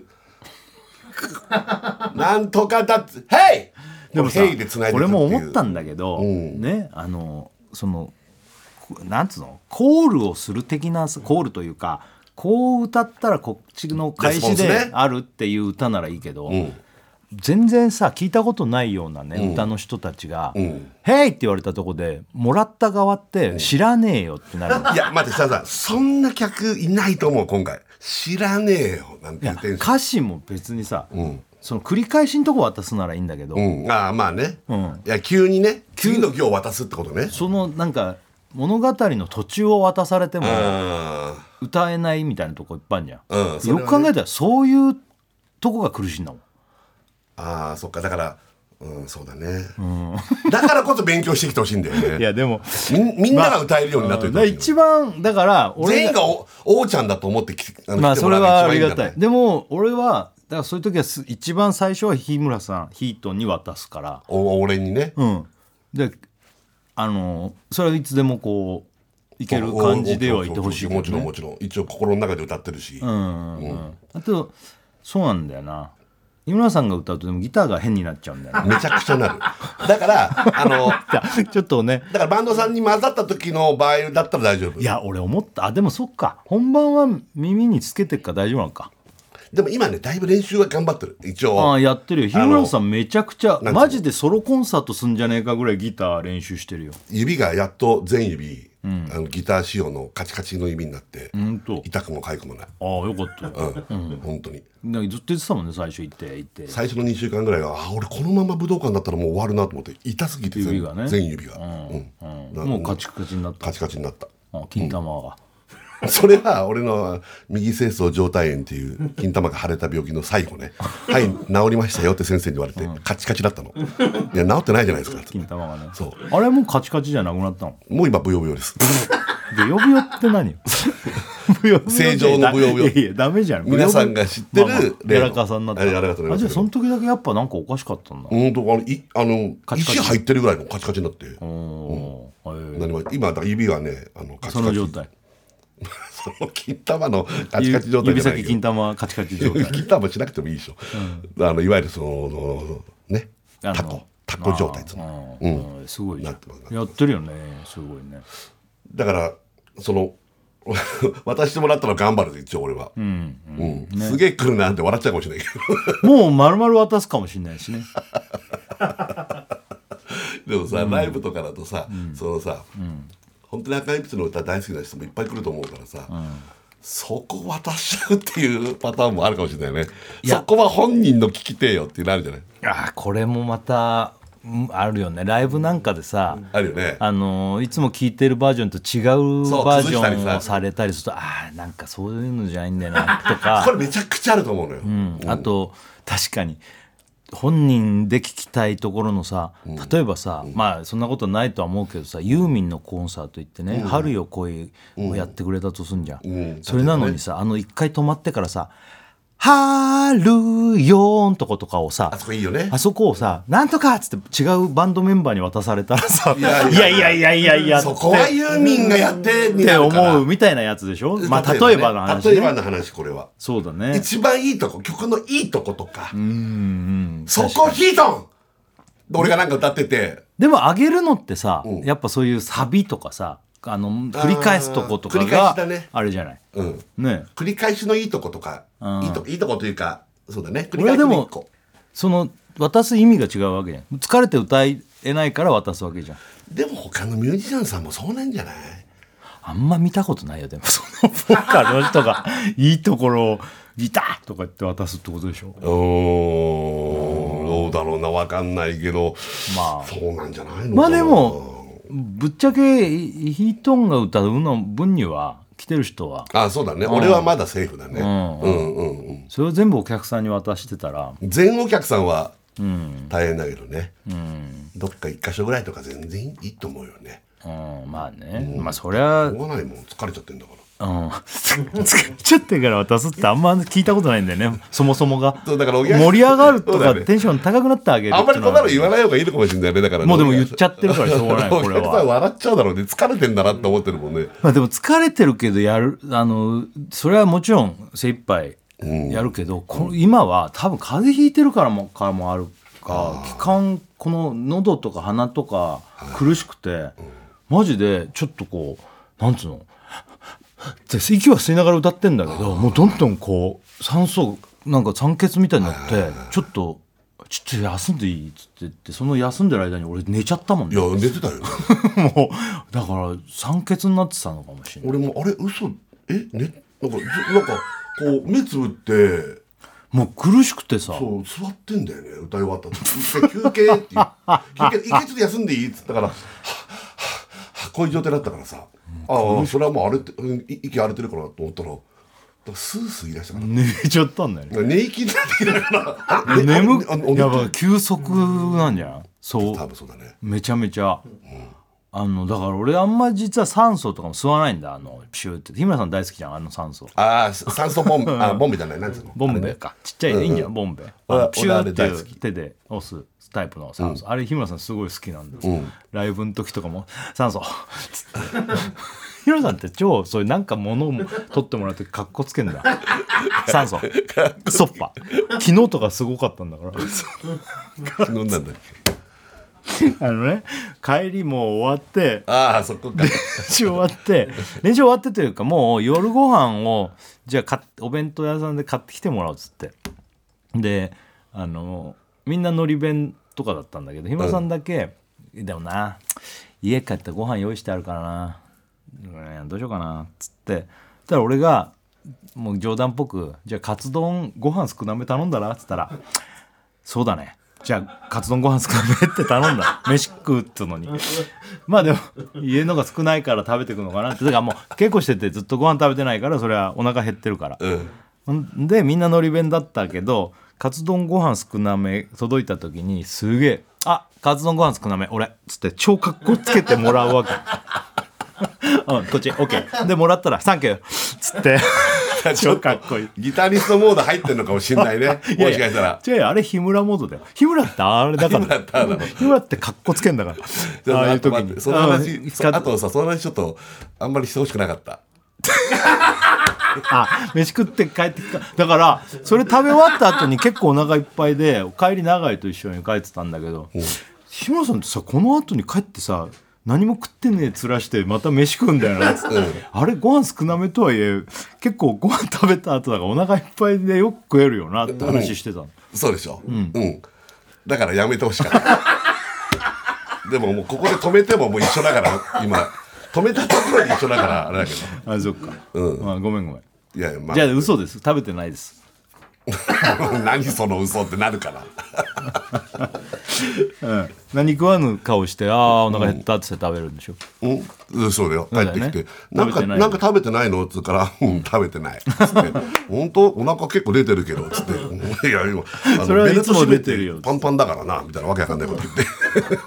なんとかだっつヘイでもさヘイで繋いでいくっていう俺も思ったんだけど、 んねあのそのこなんつうのコールをする的なコールというかこう歌ったらこっちの返しでレスポンスねあるっていう歌ならいいけど、 ん全然さ聞いたことないようなね、歌の人たちが「 んヘイ!」って言われたとこでもらった側って知らねえよってなる、 いや待ってささそんな客いないと思う今回知らねえよなんていや言ってんし歌詞も別にさ、 んその繰り返しのとこ渡すならいいんだけど、 うんああまあね、 んいや急にね次の行を渡すってことねそのなんか物語の途中を渡されてもあ歌えないみたいなとこいっぱいあるじゃん、 うんそれはねよく考えたらそういうとこが苦しいんだもんあーそっかだからうんそうだね、だからこそ勉強してきてほしいんだよねいやでもみみんなが歌えるようになっといてほしいの、 一番だから俺全員がお王ちゃんだと思ってきてあのまあそれはありがたい来てもらうのが一番んじゃないでも俺はだからそういう時はす一番最初は日村さんヒートンに渡すからお俺にね、 うんであのそれはいつでもこういける感じではいてほしいけど、ね、 もちろんもちろん一応心の中で歌ってるし、 うんうんうんあとそうなんだよな井村さんが歌うとでもギターが変になっちゃうんだよねめちゃくちゃなるだからあのちょっとねだからバンドさんに混ざった時の場合だったら大丈夫いや俺思ったあでもそっか本番は耳につけてっから大丈夫なのかでも今ねだいぶ練習は頑張ってる一応ああやってるよ日村さんめちゃくちゃなんつうのマジでソロコンサートすんじゃねえかぐらいギター練習してるよ指がやっと全指、あのギター仕様のカチカチの指になって、 んと痛くも痒くもない、 ああよかったよ、 うん本当になんかずっと言ってたもんね最初行って行って最初のにしゅうかんぐらいはあ俺このまま武道館だったらもう終わるなと思って痛すぎて全指がね全指が、 うんうんなもうカチカチになったカチカチになったあ金玉が、 それは俺の右清掃上体炎っていう金玉が腫れた病気の最後ねはい治りましたよって先生に言われて、カチカチだったのいや治ってないじゃないですか金玉がねそうあれもうカチカチじゃなくなったのもう今ブヨブヨですで呼びよって何よブヨブヨ正常のブヨブヨいやいやダメじゃん皆さんが知ってるまあまあ例のやらかさになったあやらかさになったあじゃあその時だけやっぱなんかおかしかったんだ本当あのいあのカチカチ石入ってるぐらいのカチカチになっておーへえ何も今だから指がねあのカチカチその状態その金玉のカチカチ状態指じゃないけど先金玉カチカチ状態金玉しなくてもいいでしょ、うん、あのいわゆるそのねタコタコ状態っつうの、 うんうん、すごいじゃんやってるよねすごいねだからその渡してもらったら頑張るで一応俺は、 うんうんうんね、 すげえ来るなって笑っちゃうかもしれないけどもう丸々渡すかもしれないしねでもさ、うん、ライブとかだとさ、うん、そのさ、うん、本当に赤い鉛筆の歌大好きな人もいっぱい来ると思うからさ、うん、そこ渡しちゃうっていうパターンもあるかもしれないねそこは本人の聞きてえよってなるじゃないあこれもまたあるよねライブなんかでさ、うん、 あるよねあのいつも聴いてるバージョンと違うバージョンをされたりするとあーなんかそういうのじゃないんだよなとかこれめちゃくちゃあると思うのよ、 うんうん、あと確かに本人で聞きたいところのさ例えばさ、うん、まあそんなことないとは思うけどさユーミンのコンサート行ってね、うん、春よ恋をやってくれたとすんじゃん、うん、それなのにさあの一回止まってからさ春よんとことかをさあそこいいよねあそこをさなんとかっつって違うバンドメンバーに渡されたらさいやいやいやいやいやいやそこはユーミンがやってになるからって思うみたいなやつでしょ、まあ、例えばの話、ね、 例えばの話これはそうだね一番いいとこ曲のいいとことかうんうんそこヒートン俺がなんか歌っててでも上げるのってさ、うん、やっぱそういうサビとかさあの繰り返すとことかがあれじゃない、 うんね、 繰り返しのいいとことか、うん、いいといいとこというかそうだね繰り返しのいいとこその渡す意味が違うわけじゃん疲れて歌えないから渡すわけじゃんでも他のミュージシャンさんもそうなんじゃないあんま見たことないよでもそのボーカルの人がいいところをギターとか言って渡すってことでしょうーんどうだろうな分かんないけどまあそうなんじゃないのかなまあでもぶっちゃけヒートンが歌うの分には来てる人はあそうだね、うん、俺はまだセーフだね、 うんうんうんうん、それを全部お客さんに渡してたら全お客さんは大変だけどね、うん、どっか一箇所ぐらいとか全然いいと思うよね、 うん、まあね、うん、まあそりゃしょうがないもん疲れちゃってんだからうん、疲れちゃってから渡すってあんま聞いたことないんだよねそもそもがそうだから盛り上がるとか、ね、テンション高くなってあげるあんまりこんなの言わない方がいいのかもしれないねだからもうでも言っちゃってるからしょうがないこれはお客さん笑っちゃうだろうね疲れてんだなって思ってるもんね、 まあ、でも疲れてるけどやるあのそれはもちろん精一杯やるけど、うん、この今は多分風邪ひいてるからもからもあるか気管この喉とか鼻とか苦しくて、うん、マジでちょっとこうなんつうの息は吸いながら歌ってんだけどもうどんどんこう酸素なんか酸欠みたいになってちょっとちょっと休んでいいっつって言ってその休んでる間に俺寝ちゃったもんねいや寝てたよもうだから酸欠になってたのかもしれない俺もあれ嘘えねなんかなんかこう目つぶってもう苦しくてさそう座ってんだよね歌い終わったと休憩っていう休憩一回ちょっと休んでいいっつったからはっはっはっこういう状態だったからさああそれはもう荒れて息荒れてるからと思ったらスースー言い出したから寝ちゃったんだよね寝息になってきたから眠くやばい休息なんじゃんそう多分そうだねめちゃめちゃ、うん、あのだから俺あんま実は酸素とかも吸わないんだあのピシューって日村さん大好きじゃんあの酸素ああ酸素ボンベあボンベじゃない何つうのボンベかちっちゃい、うんうん、いいんじゃんボンベピシューっていう手で押すタイプの酸素、うん、あれ日村さんすごい好きなんです、うん、ライブの時とかも酸素つって日村さんって超そういうなんか物を取ってもらってカッコつけんだ酸素ソッパ昨日とかすごかったんだから昨日なんだっけあのね帰りもう終わってああそこか練習終わって練習終わってというかもう夜ご飯をじゃあ買お弁当屋さんで買ってきてもらおうっつってであのみんなのり弁とかだったんだけど日村さんだけ、うん、でもな家帰ってご飯用意してあるからな、うん、どうしようかなっつってたら俺がもう冗談っぽくじゃあカツ丼ご飯少なめ頼んだらっつったらそうだねじゃあカツ丼ご飯少なめって頼んだ飯食うっつうのにまあでも家のが少ないから食べてくのかなってだからもう稽古しててずっとご飯食べてないからそれはお腹減ってるから、うん、でみんなのり弁だったけどカツ丼ご飯少なめ届いた時にすげえあカツ丼ご飯少なめ俺っつって超かっこつけてもらうわけうんこっち OK でもらったらサンキューっつって超かっこいいギタリストモード入ってんのかもしれないねもしかしたら違うよあれ日村モードだよ日村ってあれだから日村ってかっこつけんだからああいう時にその話あとさその話ちょっとあんまりしてほしくなかったあ飯食って帰ってきた。だからそれ食べ終わった後に結構お腹いっぱいで帰り長井と一緒に帰ってたんだけど、日村さんってさこの後に帰ってさ何も食ってねえつらしてまた飯食うんだよなっつって、うん、あれご飯少なめとはいえ結構ご飯食べた後だからお腹いっぱいでよく食えるよなって話してたの、 うん、そうでしょ、うんうん、だからやめてほしかったでももうここで止めてももう一緒だから今止めたところに一緒だからあれだけどあそっか、うんまあ、ごめんごめんいや、まあ、 じゃあ嘘です食べてないです何その嘘ってなるから、 うん、何食わぬ顔してああお腹減ったって食べるんでしょ、 うん、そうだよ帰ってきて、ね、なんかなんか食べてないのっつうからうん食べてないっつって本当お腹結構出てるけどっつっていや今あのそれはいつも出てるよパンパンだからなみたいなわけわかんないこと言って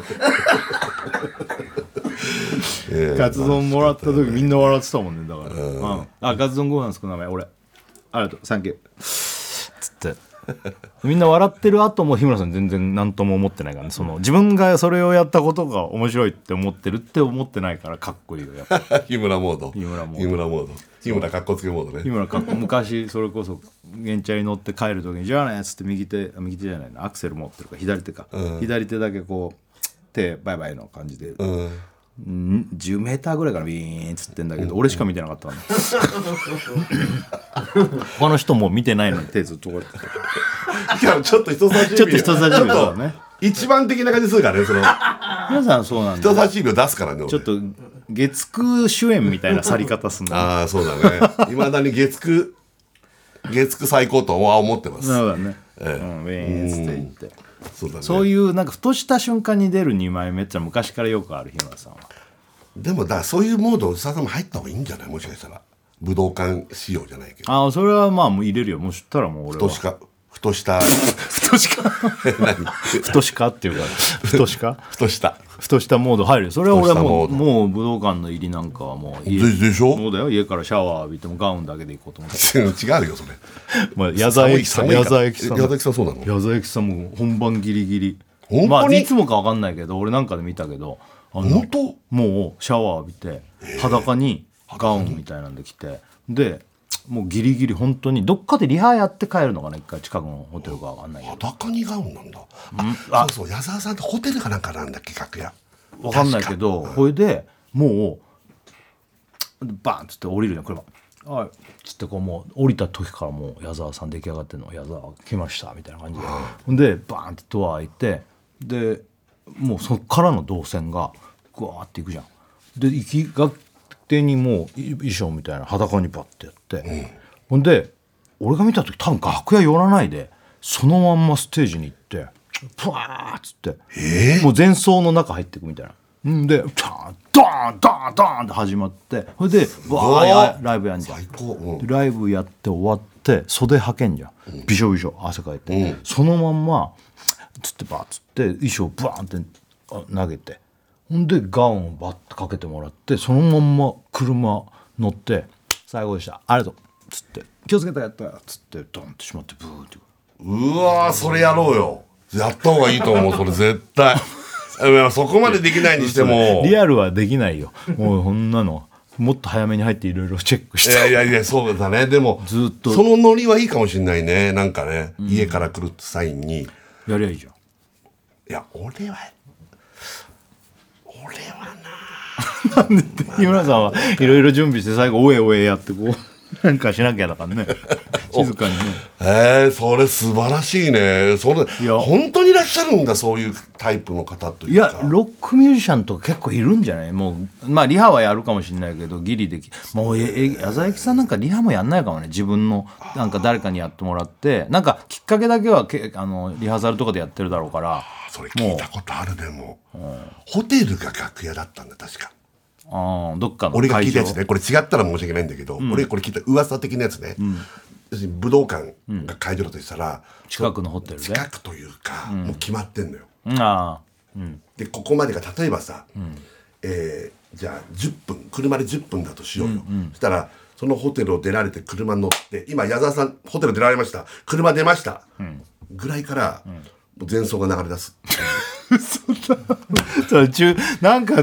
えー、カツ丼もらった時みんな笑ってたもんねだから、うん、あカツ丼ご飯少なめ俺ありがとうサンキューつってみんな笑ってる後も日村さん全然何とも思ってないからねその自分がそれをやったことが面白いって思ってるって思ってないからかっこいいよやっぱ日村モード日村モード日村モード日村かっこつけモードね日村かっこ昔それこそ原チャリ乗って帰る時にじゃあねっつって右手右手じゃないなアクセル持ってるから左手か、うん、左手だけこう手バイバイの感じで、うんんじゅうメーターぐらいからビーンっつってんだけど、うん、俺しか見てなかったの他の人も見てないのに手ずっとこうやっていやちょっと人差し指ちょっと人差し指だね一番的な感じするからねその皆さんそうなんだ人差し指を出すからねちょっと月9主演みたいな去り方すんだ、ね、 ああそうだねいまだに月9月9最高とは思ってますそうだね、ええ、うんビーンっつって言ってそうだね、 そういうなんかふとした瞬間に出るにまいめって昔からよくある日村さんはでもだそういうモードおじさんも入った方がいいんじゃないもしかしたら武道館仕様じゃないけどああそれはまあもう入れるよもう知ったらもう俺はふとしかふとしたふとしか何ふとしかっていうかふとしかふとしたふとしたモード入るよそれは俺はもうもう武道館の入りなんかはもう家でしょそうだよ家からシャワー浴びてもガウンだけで行こうと思って違うよそれまあ矢沢永吉さん矢沢永吉さん矢沢永吉さんそうなの矢沢永吉さんも本番ギリギリ本当に、 まあ、いつもか分かんないけど俺なんかで見たけどあの本当もうシャワー浴びて裸にガウンみたいなんで着てでもうギリギリ本当にどっかでリハやって帰るのかな一回近くのホテルか分かんないけど裸にガウンなんだ、 うん、 あそうそう矢沢さんってホテルかなんかなんだっけ楽屋分かんないけどこれでもうバーンっつって降りるよ車はいっつってこうもう降りた時からもう矢沢さん出来上がってるの矢沢来ましたみたいな感じでほんでバーンってドア開いてでもうそっからの動線がグワーっていくじゃんで行きが手にもう衣装みたいな裸にバッてやって、うん、ほんで俺が見た時多分楽屋寄らないでそのまんまステージに行ってプワーっつって、 えー、 もう前奏の中入っていくみたいなんでドーンドーンドーンドーンって始まってそれでわーライブやんじゃん、うん、ライブやって終わって袖はけんじゃん、うん、びしょびしょ汗かいて、うん、そのまんまつってバーッつって衣装バーンって投げてほんでガウンをバッてかけてもらってそのまんま車乗って最後でしたありがとうっつって気をつけたやったっつってドンってしまってブーってうわーそれやろうよやった方がいいと思うそれ絶対そこまでできないにしてもリアルはできないよもうこんなのもっと早めに入っていろいろチェックしていやいやいやそうだねでもずっとそのノリはいいかもしれないねなんかね、うん、家から来るサインにやりゃいいじゃんいや俺は俺はななんで日村さんはいろいろ準備して最後おえおえやってこうなんかしなきゃだからね静かにねえー、それ素晴らしいねそれいや本当にいらっしゃるんだそういうタイプの方というかいやロックミュージシャンとか結構いるんじゃないもうまあリハはやるかもしれないけどギリできもうえ矢沢永吉さんなんかリハもやんないかもね自分のなんか誰かにやってもらってなんかきっかけだけはけあのリハーサルとかでやってるだろうからそれ聞いたことあるでも、うん、ホテルが楽屋だったんだ確かあどっかの俺が聞いたやつねこれ違ったら申し訳ないんだけど、うん、俺これ聞いた噂的なやつね、うん、要するに武道館が会場だとしたら、うん、 近くのホテルで近くというか、うん、もう決まってんのよ、 うん、あうん、 でここまでが例えばさ、うんえー、じゃあじゅっぷん車でじゅっぷんだとしようよ、うんうん、そしたらそのホテルを出られて車に乗って今矢沢さんホテル出られました車出ました、うん、ぐらいから、うん前奏が流れ出すそんな中なんか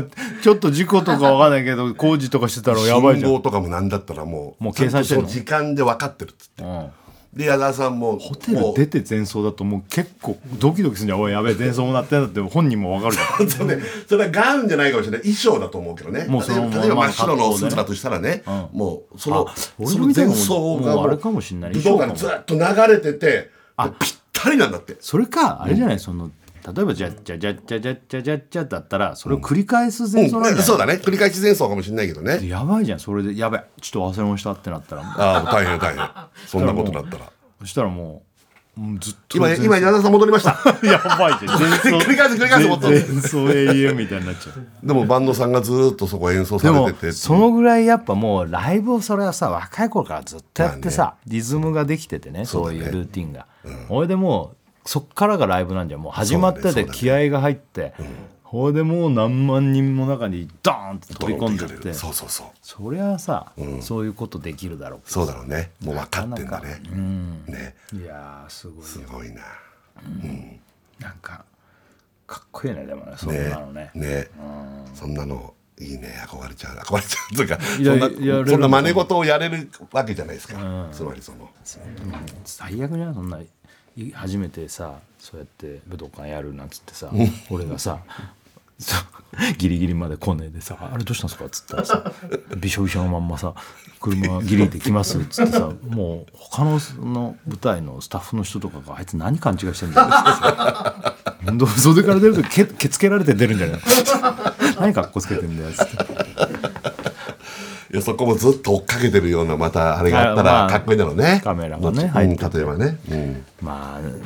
ちょっと事故とかわかんないけど工事とかしてたらやばいじゃん。 信号とかもなんだったらもうもう計算してんのちゃんとその時間で分かってるっつって、 うん、 で矢沢さんもホテル出て前奏だともう結構ドキドキするんじゃん。おいやべえ前奏も鳴ってんだって本人もわかるじゃん。 それそれはガウンじゃないかもしれない、衣装だと思うけどね。 もうその例えば真っ白のまあスーツだとしたらね、 うん、 もうそのあその前奏がもうあれかもしんない、 武道館にずっと流れててぴったりなんだって。 それかあれじゃない、うん、その例えばじゃじゃじゃじゃじゃじゃじゃじゃだったらそれを繰り返す前奏なんじゃない、 うんうん、そうだね、繰り返し前奏かもしれないけどね。 やばいじゃんそれで。やべちょっと忘れ物したってなったらああ大変大変そんなことだったらそしたらもう、もうずっと今今矢田さん戻りましたやばいじゃん繰り返す繰り返すもっと前奏永遠みたいになっちゃう。 でもバンドさんがずっとそこ演奏されてて、 でもそのぐらいやっぱもうライブをそれはさ若い頃からずっとやってさ、ね、リズムができててね、そういうルーティンが、それ、うん、でもうそっからがライブなんじゃん。もう始まってて気合が入って、ほ、ねね、うん、でもう何万人も中にドーンって飛び込んでって、 そうそうそう、 そりゃさ、 うん、 そういうことできるだろう。 そうだろうね、もう分かってんだね。 うん、 ね、 いやすごいすごいな、 うんうん、なんかかっこいいね。でもねそんなのねね、ね、うん、そんなのいいね、憧れちゃう憧れちゃうというか、 いやそんなやれるそんな真似事をやれるわけじゃないですか、 うん、 つまりその、うん、 最悪じゃんそんな。初めてさそうやって武道館やるなんつってさ俺がさギリギリまで来ねえでさ「あれどうしたんですか?」っつったらさびしょびしょのまんまさ車ギリで来ますっつってさ、もう他のその舞台のスタッフの人とかがあいつ何勘違いしてんだよっつって袖から出るとけけつけられて出るんじゃない何かっこつけてんだよっつって。 いやそこもずっと追っかけてるようなまたあれがあったらかっこいいだろうね、まあ、 カメラがね入ってて、例えばね、うん、 まあ、うん、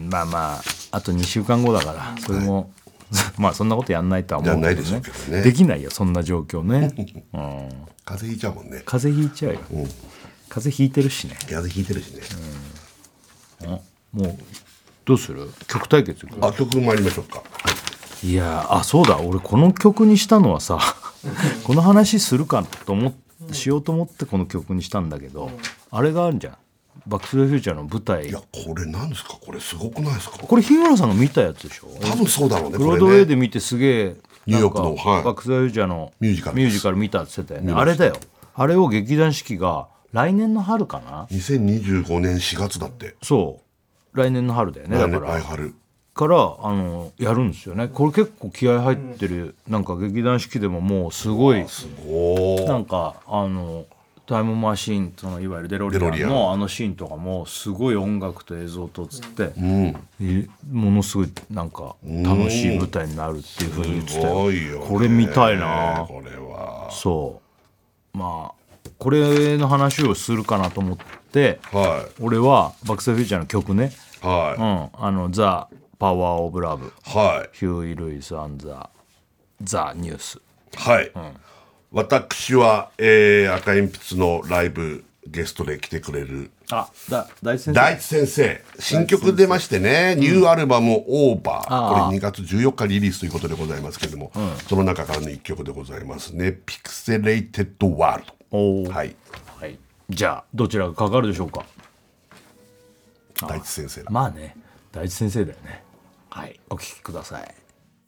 まあまああとにしゅうかんごだからそれも、はい、まあそんなことやんないとは思うけど ね, で, しょうけどねできないよそんな状況ね、うん、 風邪ひいちゃうもんね。 風邪ひいちゃうよ、うん、風邪ひいてるしね。 風邪ひいてるしね、 うん、もうどうする曲対決。 あ曲参りましょうか。はい、 いやあそうだ俺この曲にしたのはさこの話するかと思っしようと思ってこの曲にしたんだけど、あれがあるじゃんバック・トゥ・ザ・フューチャーの舞台。 いやこれ何ですか、これすごくないですか。 これ日村さんが見たやつでしょ。 多分そうだろうね。 ブロードウェイで見てすげえニューヨークの、はい、 バック・トゥ・ザ・フューチャーのミュージカルミュージカル見たって言ってたよね。あれだよ、あれを劇団四季が来年の春かな、 にせんにじゅうごねんしがつだって。 そう来年の春だよね。だから来春からあのやるんですよね。これ結構気合入ってる、なんか劇団四季でももうすごいすごなんかあのタイムマシーン、そのいわゆるデロリアンのあのシーンとかもすごい音楽と映像とつって、うん、ものすごいなんか楽しい舞台になるっていうふうに言ってたよ。 すごいよね、 これ見たいな。 これはそうまあこれの話をするかなと思って、 はい、 俺はバック・トゥ・ザ・フューチャーの曲ね、 はいうん、あのザ・パワー・オブ・ラブ、 はい、 ヒューイ・ルイス・アン・ザ・ザ・ニュース、 はい、うん、私は、えー、赤鉛筆のライブゲストで来てくれるあだ大地先生大地先生新曲出ましてね、ニューアルバムオーバー、これにがつじゅうよっかリリースということでございますけれども、うん、その中からのいっきょくでございますね。ピクセレイテッドワールド。はい、 はい、じゃあどちらがかかるでしょうか。 大地先生だ。 まあね大地先生だよね。はい、お聴きください。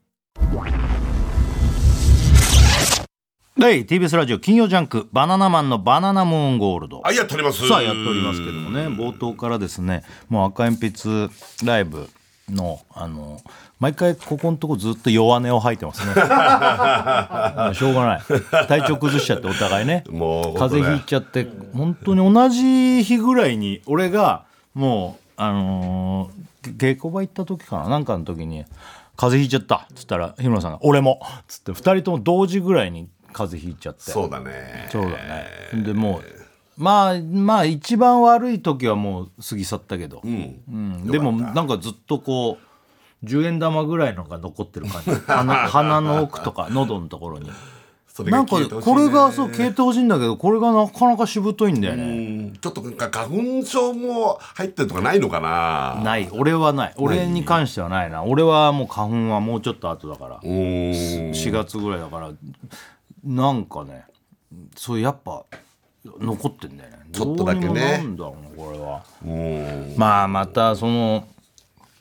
はい、ティービーエス ラジオ金曜ジャンクバナナマンのバナナムーンゴールド。 あ、やっております。 さあやっておりますけどもね、冒頭からですね、もう赤鉛筆ライブのあの毎回ここのとこずっと弱音を吐いてますねしょうがない、体調崩しちゃってお互いねもう風邪ひいちゃって、本当に同じ日ぐらいに俺がもうあのー、稽古場行った時かな、なんかの時に風邪ひいちゃったっつったら日村さんが俺もっつってふたりとも同時ぐらいに風邪ひいちゃって。 そうだねそうだね。でもうまあまあ一番悪い時はもう過ぎ去ったけど、うんうん、でもなんかずっとこうじゅうえん玉ぐらいのが残ってる感じ鼻, 鼻の奥とか喉のところになんかこれがそう消えてほしいんだけど、これがなかなかしぶといんだよね。 うんちょっと花粉症も入ってるとかないのかな。 ない、俺はない、俺に関してはないな。俺はもう花粉はもうちょっと後だから、しがつぐらいだから、なんかねそうやっぱ残ってんだよね。 ちょっとだけね。 なんだろうなこれは。うんまあまたその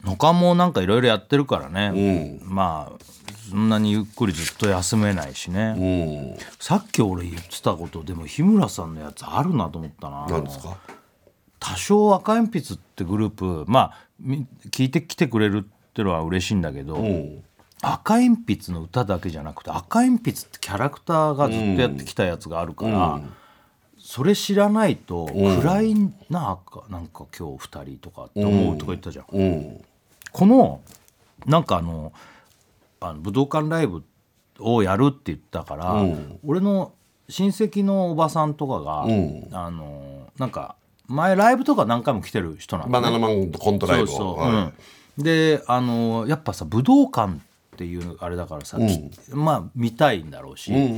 他もなんかいろいろやってるからね、 うん、 まあそんなにゆっくりずっと休めないしね、 うん、 さっき俺言ってたことでも日村さんのやつあるなと思ったな。 何ですか？ 多少赤鉛筆ってグループまあ聞いてきてくれるってのは嬉しいんだけど、 うん、 赤鉛筆の歌だけじゃなくて赤鉛筆ってキャラクターがずっとやってきたやつがあるから、うん、それ知らないと暗いな赤なんか今日ふたりとかって思うとか言ったじゃん、 うんうん、 このなんかあのあの武道館ライブをやるって言ったから、うん、俺の親戚のおばさんとかが、うん、あのなんか前ライブとか何回も来てる人なんだね。 バナナマンコントライブを。 そうそう、はい、うん、であのやっぱさ武道館っていうあれだからさ、うん、まあ見たいんだろうし、うんうんうん、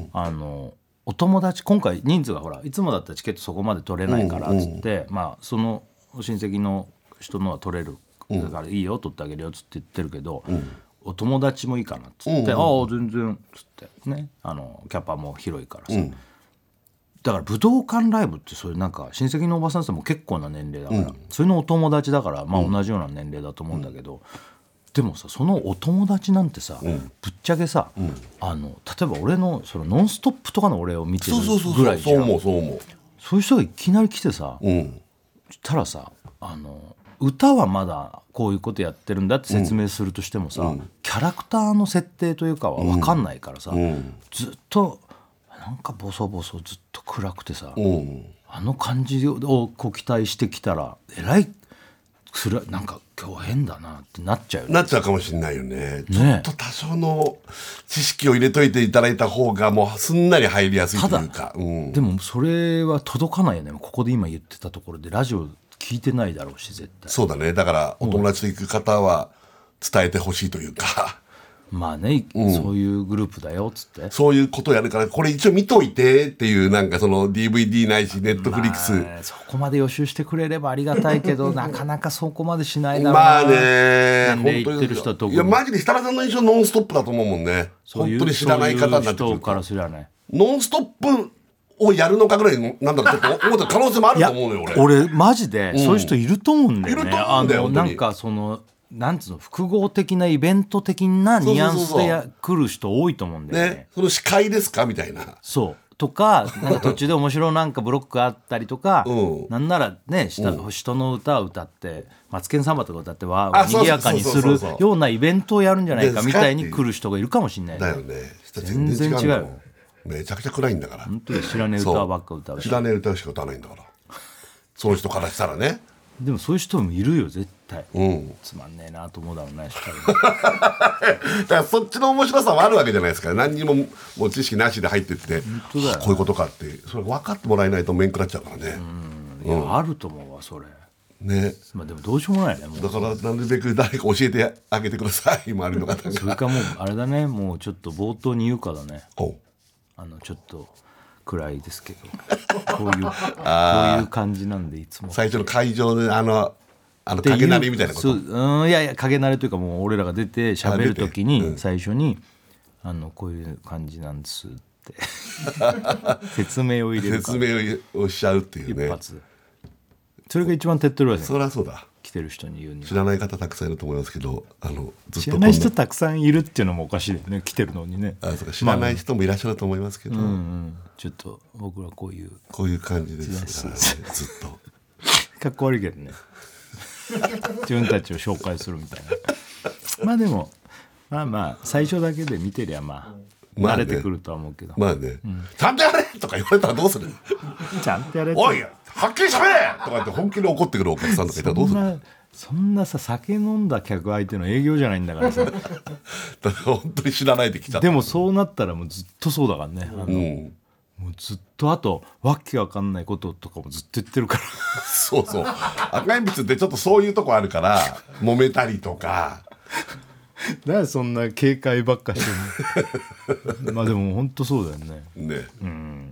あのお友達今回人数がほらいつもだったらチケットそこまで取れないからっつって、うんうん、まあその親戚の人のは取れるだからいいよ取ってあげるよっつって言ってるけど、うん、お友達もいいかなっつって、うんうん、ああ全然っつってねあのキャパも広いからさ、うん、だから武道館ライブってそういうなんか親戚のおばさんっても結構な年齢だから、うん、それのお友達だからまあ同じような年齢だと思うんだけど、うん、でもさそのお友達なんてさ、うん、ぶっちゃけさ、うん、あの例えば俺のそのノンストップとかの俺を見てるぐらいじゃん。そうそうそうそう思うそういう人がいきなり来てさ、うん、したらさあの歌はまだこういうことやってるんだって説明するとしてもさ、うん、キャラクターの設定というかは分かんないからさ、うん、ずっとなんかボソボソずっと暗くてさ、うん、あの感じをこう期待してきたらえらいつらなんか今日変だなってなっちゃうよね。 なっちゃうかもしれないよね。ちょっと多少の知識を入れといていただいた方がもうすんなり入りやすいというか、うん、 でもそれは届かないよね。ここで今言ってたところでラジオ聞いてないだろうし絶対。 そうだね。だからお友達と行く方は伝えてほしいというか、 まあね、うん、そういうグループだよっつってそういうことやるからこれ一応見といてっていうなんかその ディーブイディー ないしネットフリックス、 まあ、そこまで予習してくれればありがたいけどなかなかそこまでしないだろうな。 まあね年齢いってる人は特にいやマジで設楽さんの印象ノンストップだと思うもんね。本当に知らない方になってくるそういう人からすればねノンストップをやるのかぐらいのなんだろうちょっと思った可能性もあると思うのよ俺。 俺マジでそういう人いると思うんだよね、 うん、いると思うんだよ。 あのなんかそのなんつうの複合的なイベント的なニュアンスで来る人多いと思うんだよね。 ねその司会ですかみたいな。 そうとかなんか途中で面白いなんかブロックがあったりとか、うん、なんならね下、うん、人の歌を歌ってマツケンサンバとか歌ってわー賑やかにするようなイベントをやるんじゃないかみたいに来る人がいるかもしれない、ね、 だよね。 全然違うよ。 めちゃくちゃ暗いんだから。 本当に知らねえ歌ばっか歌うし知らねえ歌しか歌わないんだからその人からしたらね。 でもそういう人もいるよ絶対、うん、つまんねえなと思うだろうねだからそっちの面白さもあるわけじゃないですか。何にももう知識なしで入ってってこういうことかってそれ分かってもらえないと面食らっちゃうからね。 うんいや、うん、あると思うわそれね。 まあでもどうしようもないねもうだからなるべく誰か教えてあげてください周りの方が。 それかもうあれだねもうちょっと冒頭に言うかだねおあのちょっと暗いですけどこういうこういう感じなんでいつも最初の会場であのあの影なりみたいなこと。 うんいやいや影なりというかもう俺らが出て喋る時に最初にあのこういう感じなんですって説明を入れる説明をしちゃうっていうね。 一発それが一番手っ取り早い。 そりゃそうだ。 来てる人に言うに知らない方たくさんいると思いますけどあのずっと知らない人たくさんいるっていうのもおかしいですね来てるのにね。 あそうか知らない人もいらっしゃると思いますけど、 まあうんうん、ちょっと僕らこういうこういう感じですからねずっとかっこ悪いけどね自分たちを紹介するみたいなまあでもまあまあ最初だけで見てりゃまあ慣れてくるとは思うけどまあね、うん、ちゃんとやれとか言われたらどうするちゃんとやれおいはっきりしゃべれとか言って本気で怒ってくるお客さんとかいたらどうする。そんなそんなさ酒飲んだ客相手の営業じゃないんだからさだから本当に知らないで来ちゃった。 でもそうなったらもうずっとそうだからねあの、うん、もうずっとあとわけわかんないこととかもずっと言ってるからそうそう赤鉛筆ってちょっとそういうとこあるから揉めたりとかだからそんな警戒ばっかしてるまあでも本当そうだよね。 ね、 うん、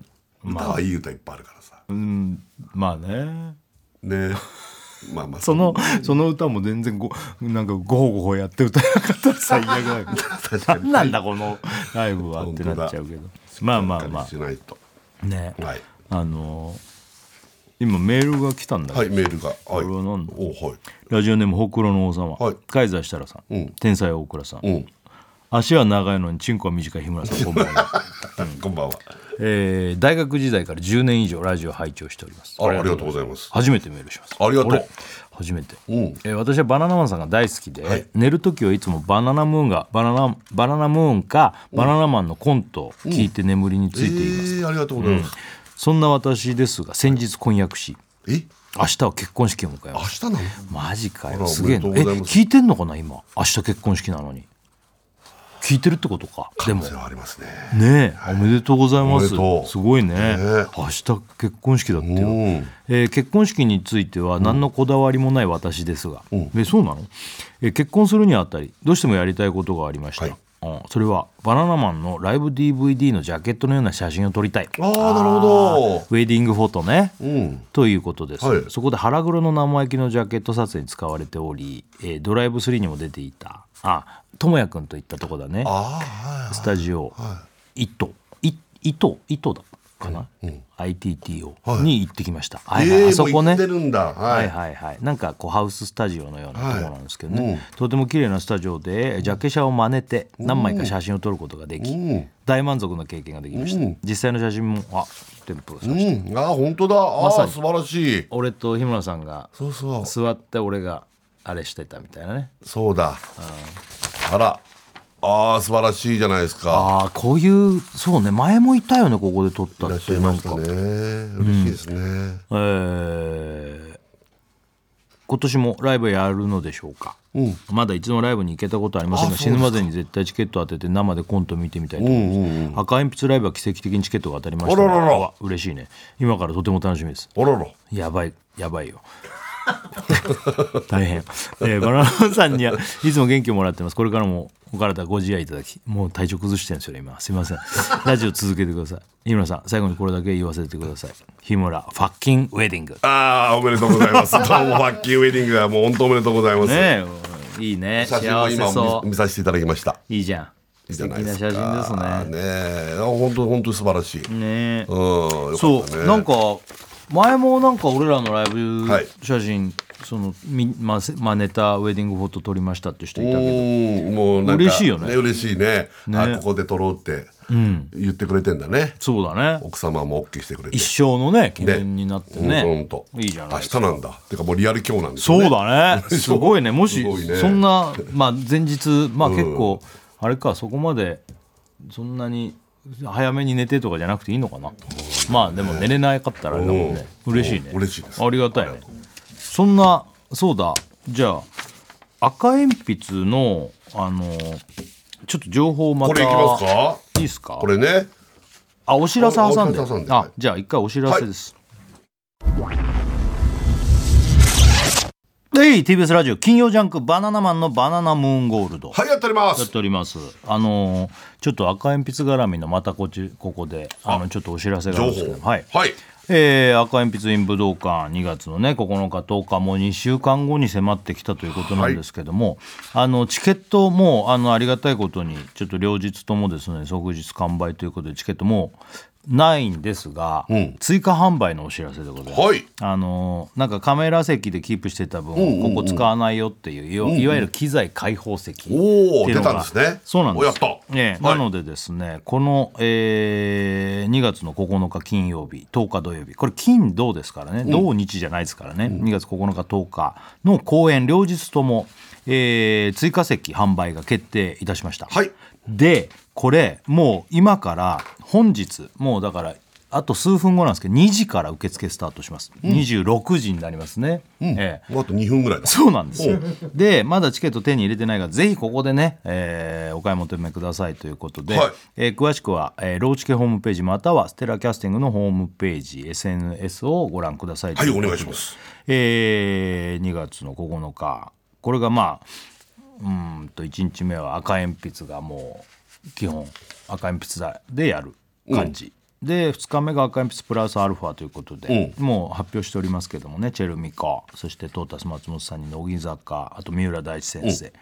まあ、歌はいい歌いっぱいあるからさ、 うん、まあねねまあまあそのその歌も全然ごなんかゴホゴホやって歌えなかったら最悪だけど何なんだこのライブはってなっちゃうけどまあまあまあしないとね、 はい、 あの今メールが来たんだけど、 はいメールが、はい、 これは何だ。 おはいラジオネームほくろの王様、 はいカイザー設楽さん、 うん天才大倉さん、 うん足は長いのにチンコは短い日村さん、こんばんは、 こんばんは。 えー大学時代からじゅうねん以上ラジオを拝聴しております。 あありがとうございます。 初めてメールします。 ありがとう俺初めて、 うんえー私はバナナマンさんが大好きで、 はい寝るときはいつもバナナムーンがバナナバナナムーンかバナナマンのコントを聞いて眠りについています、 えー、ありがとうございます。 そんな私ですが先日婚約しえ明日は結婚式を迎えます。 明日なの？ マジかあらよ、すげえな。えおめでとうございます聞いてんのかな今、明日結婚式なのに聞いてるってことか。でも可能性はありますね。 ねえ、おめでとうございます。 おめでとうすごいね。 ねえ明日結婚式だってよ、 うんえー結婚式については何のこだわりもない私ですが、 んえそうなの、えー結婚するにあたりどうしてもやりたいことがありました、 はいうん、それはバナナマンのライブ ディーブイディー のジャケットのような写真を撮りたい。 ああなるほど。 ウェディングフォトね、 うんということです、 はいそこで腹黒の生焼きのジャケット撮影に使われており、えードライブスリーにも出ていたあ智也くんといったとこだね。 ああスタジオ、 は糸い糸糸だかな、 うんアイティーティーはいオ に行ってきました、 い。 はいはい、 えーあそこねもう行ってるんだ。 ははいい。 はいはい、なんかこうハウススタジオのようなところなんですけどね、 はいうんとても綺麗なスタジオでジャケ写を真似て何枚か写真を撮ることができ、 うん大満足な経験ができました、 うん実際の写真もあ添付させて、 うん、ああ本当だ。ああ、 まさに素晴らしい。 俺と日村さんがそうそう座って俺があれしてたみたいなね。 そうだ。あら、ああ素晴らしいじゃないですか。 ああこういうそうね、前もいたよねここで撮ったっいらっしてゃいましたね。嬉しいですね。 えー今年もライブやるのでしょうか、 うんまだ一度もライブに行けたことはありませんが、 あそうですか死ぬまでに絶対チケットを当てて生でコント見てみたいと思います、 うんうんうん赤鉛筆ライブは奇跡的にチケットが当たりました、ね、 あらららわ嬉しいね。今からとても楽しみです。 あらら。 やばいやばいよ大変、えーバナナマンさんにはいつも元気をもらってます。これからもお体ご自愛いただき、もう体調崩してるんですよ今、すいません。ラジオ続けてください。日村さん最後にこれだけ言わせてください。日村ファッキンウェディングああおめでとうございます。どうもファッキーウェディングはもう本当おめでとうございます。 ねえいいね、 写真も幸せ今そう見見させていただきました。 いいじゃん、 いい素敵なじゃないですか。 写真ですね。 ねえ、あ本当本当に素晴らしい。 ねえうん、よかそったね。 うなんか前もなんか俺らのライブはい写真、そのみま真似たウェディングフォト撮りましたって人いたけど、 うんもうなんか嬉しいよね嬉しいね。 ねあここで撮ろうって言ってくれてんだね。 そうだね、 奥様も OK してくれて。 一生のね記念になってね、 うんほんといいじゃない明ですか。 日なんだ。てかもうリアル今日なんですそよね。 うだねすごいね。もしすごいねそんな、まあ、前日まあ結構、あれかそこまでそんなに早めに寝てとかじゃなくていいのかな。まあでも寝れなかったらあれだもんね。 うん嬉しいね。 嬉しいですありがたいね。そんなそうだ、じゃあ赤鉛筆のあのちょっと情報をまたこれいきますか。 いいですか。 これね。 あお知らせ挟んでおお知らせ挟んであはいじゃあ一回お知らせです。えい ティービーエス ラジオ金曜ジャンクバナナマンのバナナムーンゴールド、 はいやっておりますやって。おります。あのーちょっと赤鉛筆絡みのまたこっちここであのちょっとお知らせがある情んですけど、 報。 はい、 はい。 えー赤鉛筆 in 武道館にがつのねここのかとおかもうにしゅうかんごに迫ってきたということなんですけども、あのチケットもあのありがたいことにちょっと両日ともですね即日完売ということでチケットもないんですが、 ん追加販売のお知らせでございます。 はい。 あのーなんかカメラ席でキープしてた分、ここ使わないよっていう、いわいわゆる機材開放席っておお出いうのがたんですね。 そうなんです。 おやった。 ええはいなのでですねこの、えーにがつのここのか金曜日とおか土曜日、これ金土ですからね、土日じゃないですからね、にがつここのかとおかの公演両日とも、えー追加席販売が決定いたしました。 はい。 でこれもう今から本日もうだからあと数分後なんですけどにじから受付スタートします、にじゅうろくじになりますね、ええもうあとにふんぐらいだ。 そうなんですよ。でまだチケット手に入れてないからぜひここでね、えーお買い求めくださいということで、 はいえー詳しくは、えーローチケホームページまたはステラキャスティングのホームページ エスエヌエス をご覧くださいとはいいうことでお願いします。 えーにがつのここのかこれがまあうーんといちにちめは赤鉛筆がもう基本赤鉛筆でやる感じ、でふつかめが赤鉛筆プラスアルファということで、もう発表しておりますけどもねチェルミコそしてトータス松本さんに乃木坂あと三浦大知先生、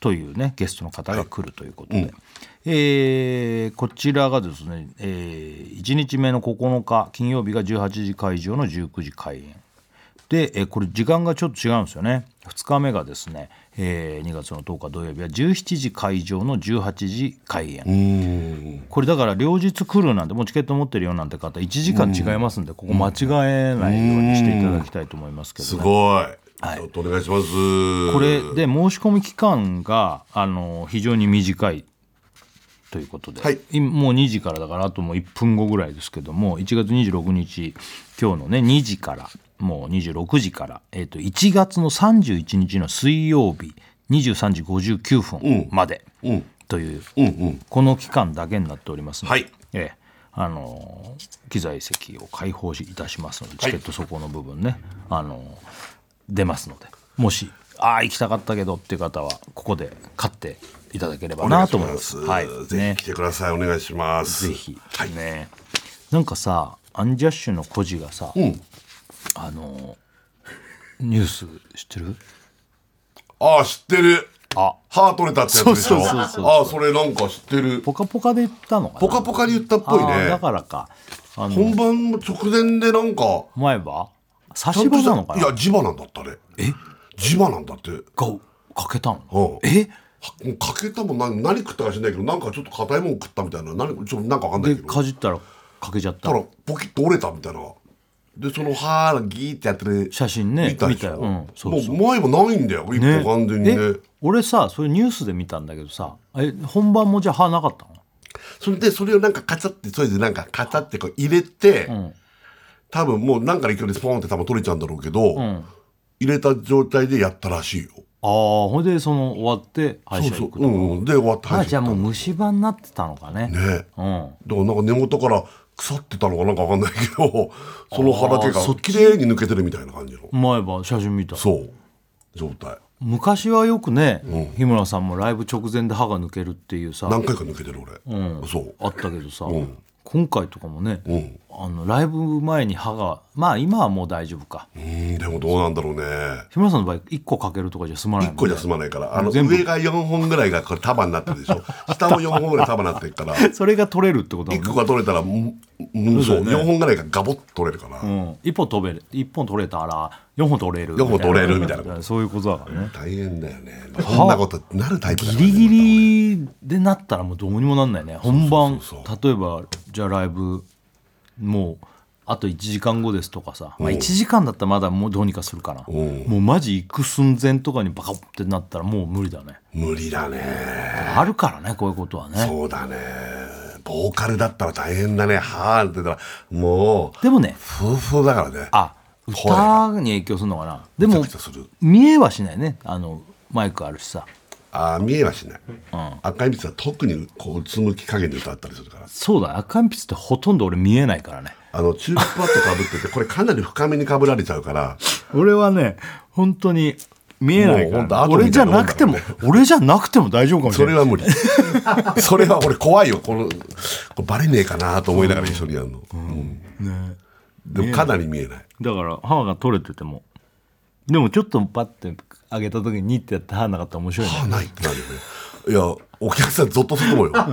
というねゲストの方が来るということで、はい、えー、こちらがですね、えー、いちにちめのここのか金曜日がじゅうはちじ開場のじゅうくじ開演で、えー、これ時間がちょっと違うんですよね。ふつかめがですね、えー、にがつのとおか土曜日はじゅうしちじ開場のじゅうはちじ開演。うーん、これだから両日来るなんてもうチケット持ってるよなんて方いちじかん違いますんで、ここ間違えないようにしていただきたいと思いますけどね。 すごい、 はい、 ちょっとお願いします。 これで申し込み期間があの非常に短いということで、はい、もうにじからだからあともういっぷんごぐらいですけども、いちがつにじゅうろくにち今日のねにじからもうにじゅうろくじから、えー、といちがつのさんじゅういちにちの水曜日にじゅうさんじごじゅうきゅうふんまでという、うんうん、この期間だけになっておりますので、はい、えーあのー、機材席を開放いたしますのでチケット底の部分ね、はい、あのー、出ますので、もしああ行きたかったけどっていう方はここで買っていただければなと思います。 はい、ぜひ来てください、お願いします。 ぜひ、はい、ね。なんかさアンジャッシュの孤児がさ、うん、あのニュース知ってる？ ああ知ってる。 あ、 歯取れたってやつでしょ。 そうそうそうそう。 ああそれなんか知ってる。 ポカポカで言ったのかな。 ポカポカで言ったっぽいね。 だからか。 あの本番の直前でなんか前歯差し歯なのかな。 いや磁場なんだったあれ。 え？ 磁場なんだって。 がかけたの？ うん、 え？ かけたもん何何食ったか知らないけどなんかちょっと硬いもん食ったみたいな、何ちょっとなんかわかんないけど。 でかじったらかけちゃった。 たらポキッと折れたみたいな。でその歯がギーってやってる写真ね見たでしょ。 うん、そうそう。 もう前もないんだよ、一個完全にね。 え俺さそれニュースで見たんだけどさ、え本番もじゃあ歯なかったの？ それでそれをなんかカチャってそれでなんかカチャってこう入れて、うん、多分もうなんかの勢いでスポーンって多分取れちゃうんだろうけど、うん、入れた状態でやったらしいよ。 ああほいでその終わって歯医者行くと。 そうそう、うん、で終わって歯医者行った。 あじゃあもう虫歯になってたのかね。 ね、うん、だからなんか根元から腐ってたのかなんかわかんないけどその歯だけが綺麗に抜けてるみたいな感じの前歯写真見た。 そう状態。 昔はよくね、うん、日村さんもライブ直前で歯が抜けるっていうさ何回か抜けてる俺、 うん、 そうあったけどさ、 うん、 今回とかもね、 うん、 あのライブ前に歯がまあ今はもう大丈夫か。 うんでもどうなんだろうね。 日村さんの場合いっこかけるとかじゃ済まないもんね。 いっこじゃ済まないからあの上がよんほんぐらいがこれ束になってるでしょ下もよんほんぐらい束になってるからそれが取れるってことだもんね。 いっこが取れたらうんそう、ね、よんほんぐらいがガボッと取れるから、 うん、いっぽん飛べるいっぽん取れたらよんほん取れるよんほん取れるみたいなそういうことだからね。 大変だよね。そんなことなるタイプだから、 ね、ギリギリでなったらもうどうにもなんないね。本番例えばじゃあライブもうあといちじかんごですとかさ、まあ、いちじかんだったらまだもうどうにかするかな。もうマジ行く寸前とかにバカってなったらもう無理だね。 無理だね。 あるからねこういうことはね。 そうだね。ボーカルだったら大変だね。はあって言ったらもうでもねふうふうだからね。 あ歌に影響するのかな。でも見えはしないね。あのマイクあるしさ。 あ見えはしない、うん、赤い蜜は特にこううつむき加減で歌ったりするから。 そうだ赤い蜜ってほとんど俺見えないからね。 あのチューリップハットかぶっててこれかなり深めにかぶられちゃうから俺はね本当に見えないから俺じゃなくても俺じゃなくても大丈夫かもしれない。 それは無理それは俺怖いよこのこれバレねえかなと思いながら一緒にやるの、うんうんね、でもかなり見えない。 だから歯が取れててもでもちょっとパッて上げた時にニッてやって歯なかったら面白いね。 歯ないってなるよね。いやお客さんゾッとすると思うよ、うん、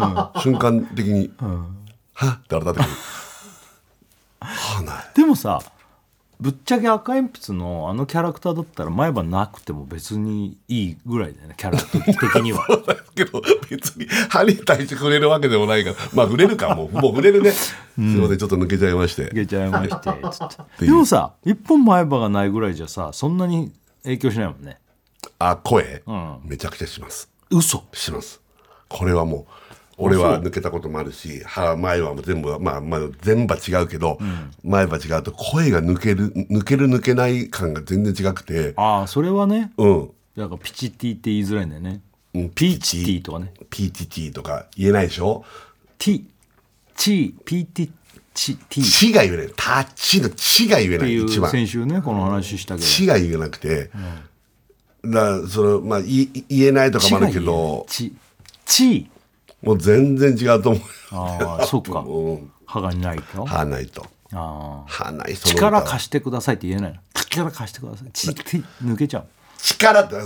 瞬間的に、うん、はってあれだってくる歯ない。でもさぶっちゃけ赤鉛筆のあのキャラクターだったら前歯なくても別にいいぐらいだよねキャラ的にはそうだけど別に歯に対して触れるわけでもないからまあ触れるかもうもう触れるね、うん、すいませんちょっと抜けちゃいまして抜けちゃいましてつってでもさ一本前歯がないぐらいじゃさそんなに影響しないもんね。 あ声、うん、めちゃくちゃします。 嘘します。これはもう俺は抜けたこともあるし歯前歯も全部、まあ、まあ全部は違うけど、うん、前歯違うと声が抜ける抜ける抜けない感が全然違くて。 ああそれはねうんだからピチティって言いづらいんだよね、うん、ピーチティとかねピーチティとか言えないでしょ。 ティチピーティチティチが言えないタッチのチが言えない一番先週ねこの話したけどチが言えなくて、うん、だそのまあ言えないとかもあるけどチチもう全然違うと思う。 ああそうか、うん、歯がないと歯ないとあ歯ない力貸してくださいって言えないの。力貸してくださいちって抜けちゃう。 力って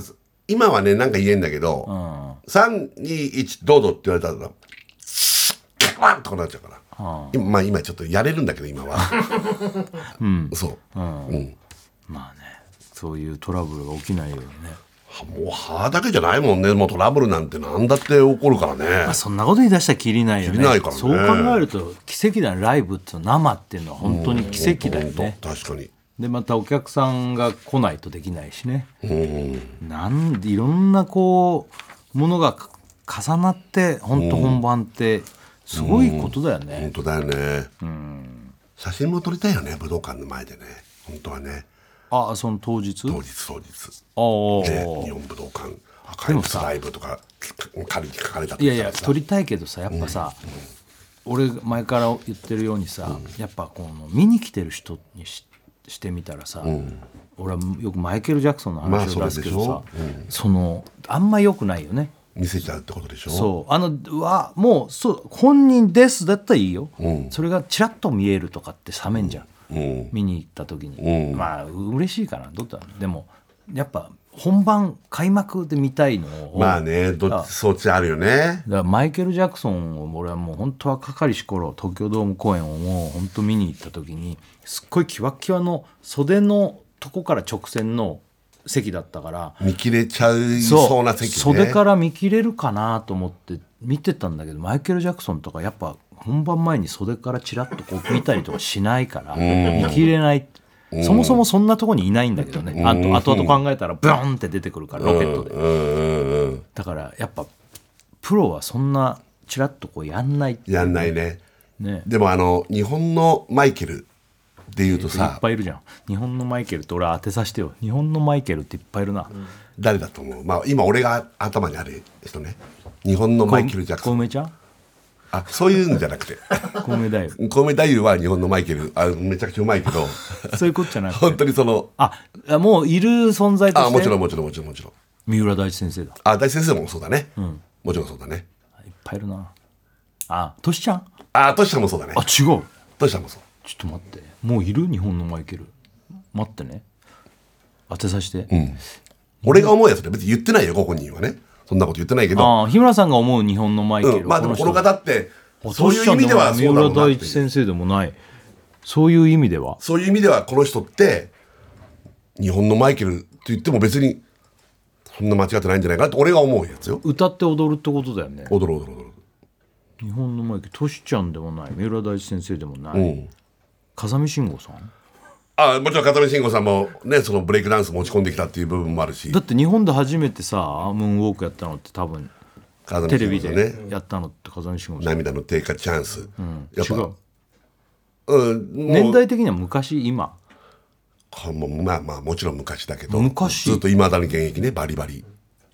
今はねなんか言えんだけど、 うん、 さんにいちどうぞって言われたらワンとかなっちゃうから、うん、今まあ今ちょっとやれるんだけど今は、うん、そう、うんうん、 まあねそういうトラブルが起きないようにね。 もう歯だけじゃないもんね。もうトラブルなんて何だって起こるからね、 まあ、そんなこと言い出したらきりないよね。 きりないからね。 そう考えると奇跡だね。ライブって生っていうのは本当に奇跡だよね。 確かに。 でまたお客さんが来ないとできないしね。うんなんでいろんなこうものが重なって本当本番ってすごいことだよね。 本当だよね。うん写真も撮りたいよね武道館の前でね本当はね。 あその当日当日当日あ、 ね、日本武道館赤いスライブとか仮に書かれたといやいや撮りたいけどさやっぱさ、うんうん、俺前から言ってるようにさ、うん、やっぱこの見に来てる人に し, してみたらさ、うん、俺はよくマイケル・ジャクソンの話を出すけどさ、まあ そ, うん、そのあんま良くないよね。 見せちゃうってことでしょ。 そうあのはもうそう本人ですだったらいいよ、うん、それがチラッと見えるとかって冷めんじゃん、うん、見に行った時に、うん、まあ嬉しいかなどうだろう。でもやっぱ本番開幕で見たいのをまあねどっちそっちあるよね。 だからマイケル・ジャクソンを俺はもう本当はかかりし頃東京ドーム公演をもう本当見に行った時にすっごいキワキワの袖のとこから直線の席だったから見切れちゃいそうな席ね。 袖から見切れるかなと思って見てたんだけどマイケル・ジャクソンとかやっぱ本番前に袖からチラッとこう見たりとかしないから見切れない。そもそもそんなとこにいないんだけどね。あと後々考えたらブーンって出てくるからロケットで。だからやっぱプロはそんなチラッとこうやんないっていう。 やんないね。ねでもあの日本のマイケルっていうとさいっぱいいるじゃん。日本のマイケルって俺は当てさせてよ。日本のマイケルっていっぱいいるな、うん、 誰だと思う。まあ今俺が頭にある人ね。日本のマイケル・ジャクソン。 小梅ちゃん。 あそういうんじゃなくて小梅太夫小梅太夫は日本のマイケルあめちゃくちゃうまいけどそういうことじゃなくて本当にそのあもういる存在としてあもちろんもちろんもちろんもちろん三浦大知先生だ。 あ大知先生もそうだね、うん、もちろんそうだね。 いっぱいいるなあトシちゃんあトシちゃんもそうだね。 あ違うトシちゃんもそう。 ちょっと待ってもういる日本のマイケル待ってね当てさせて、うん、 俺が思うやつで別に言ってないよご本人はねそんなこと言ってないけどあ日村さんが思う日本のマイケル、 うん、まあでもこの方ってそういう意味ではそうだろうなっていう。 三浦大知先生でもないそういう意味ではそういう意味ではこの人って日本のマイケルって言っても別にそんな間違ってないんじゃないかなって俺が思うやつよ。 歌って踊るってことだよね。 踊る踊る踊る。 日本のマイケルトシちゃんでもない三浦大知先生でもない、うん、風見慎吾さん。 あもちろん風見慎吾さんもねそのブレイクダンス持ち込んできたっていう部分もあるし。 だって日本で初めてさムーンウォークやったのって多分テレビでやったのって風見慎吾さん。 涙の低下チャンス、うん、やっぱ違う、 うん、年代的には昔今かもまあまあもちろん昔だけど昔ずっといまだに現役ねバリバリ。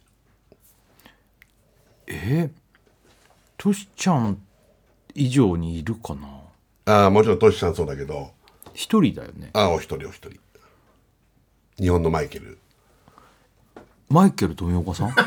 えー、トシちゃん以上にいるかな。 ああもちろんトシちゃんそうだけど一人だよね。 ああお一人お一人日本のマイケルマイケル富岡さん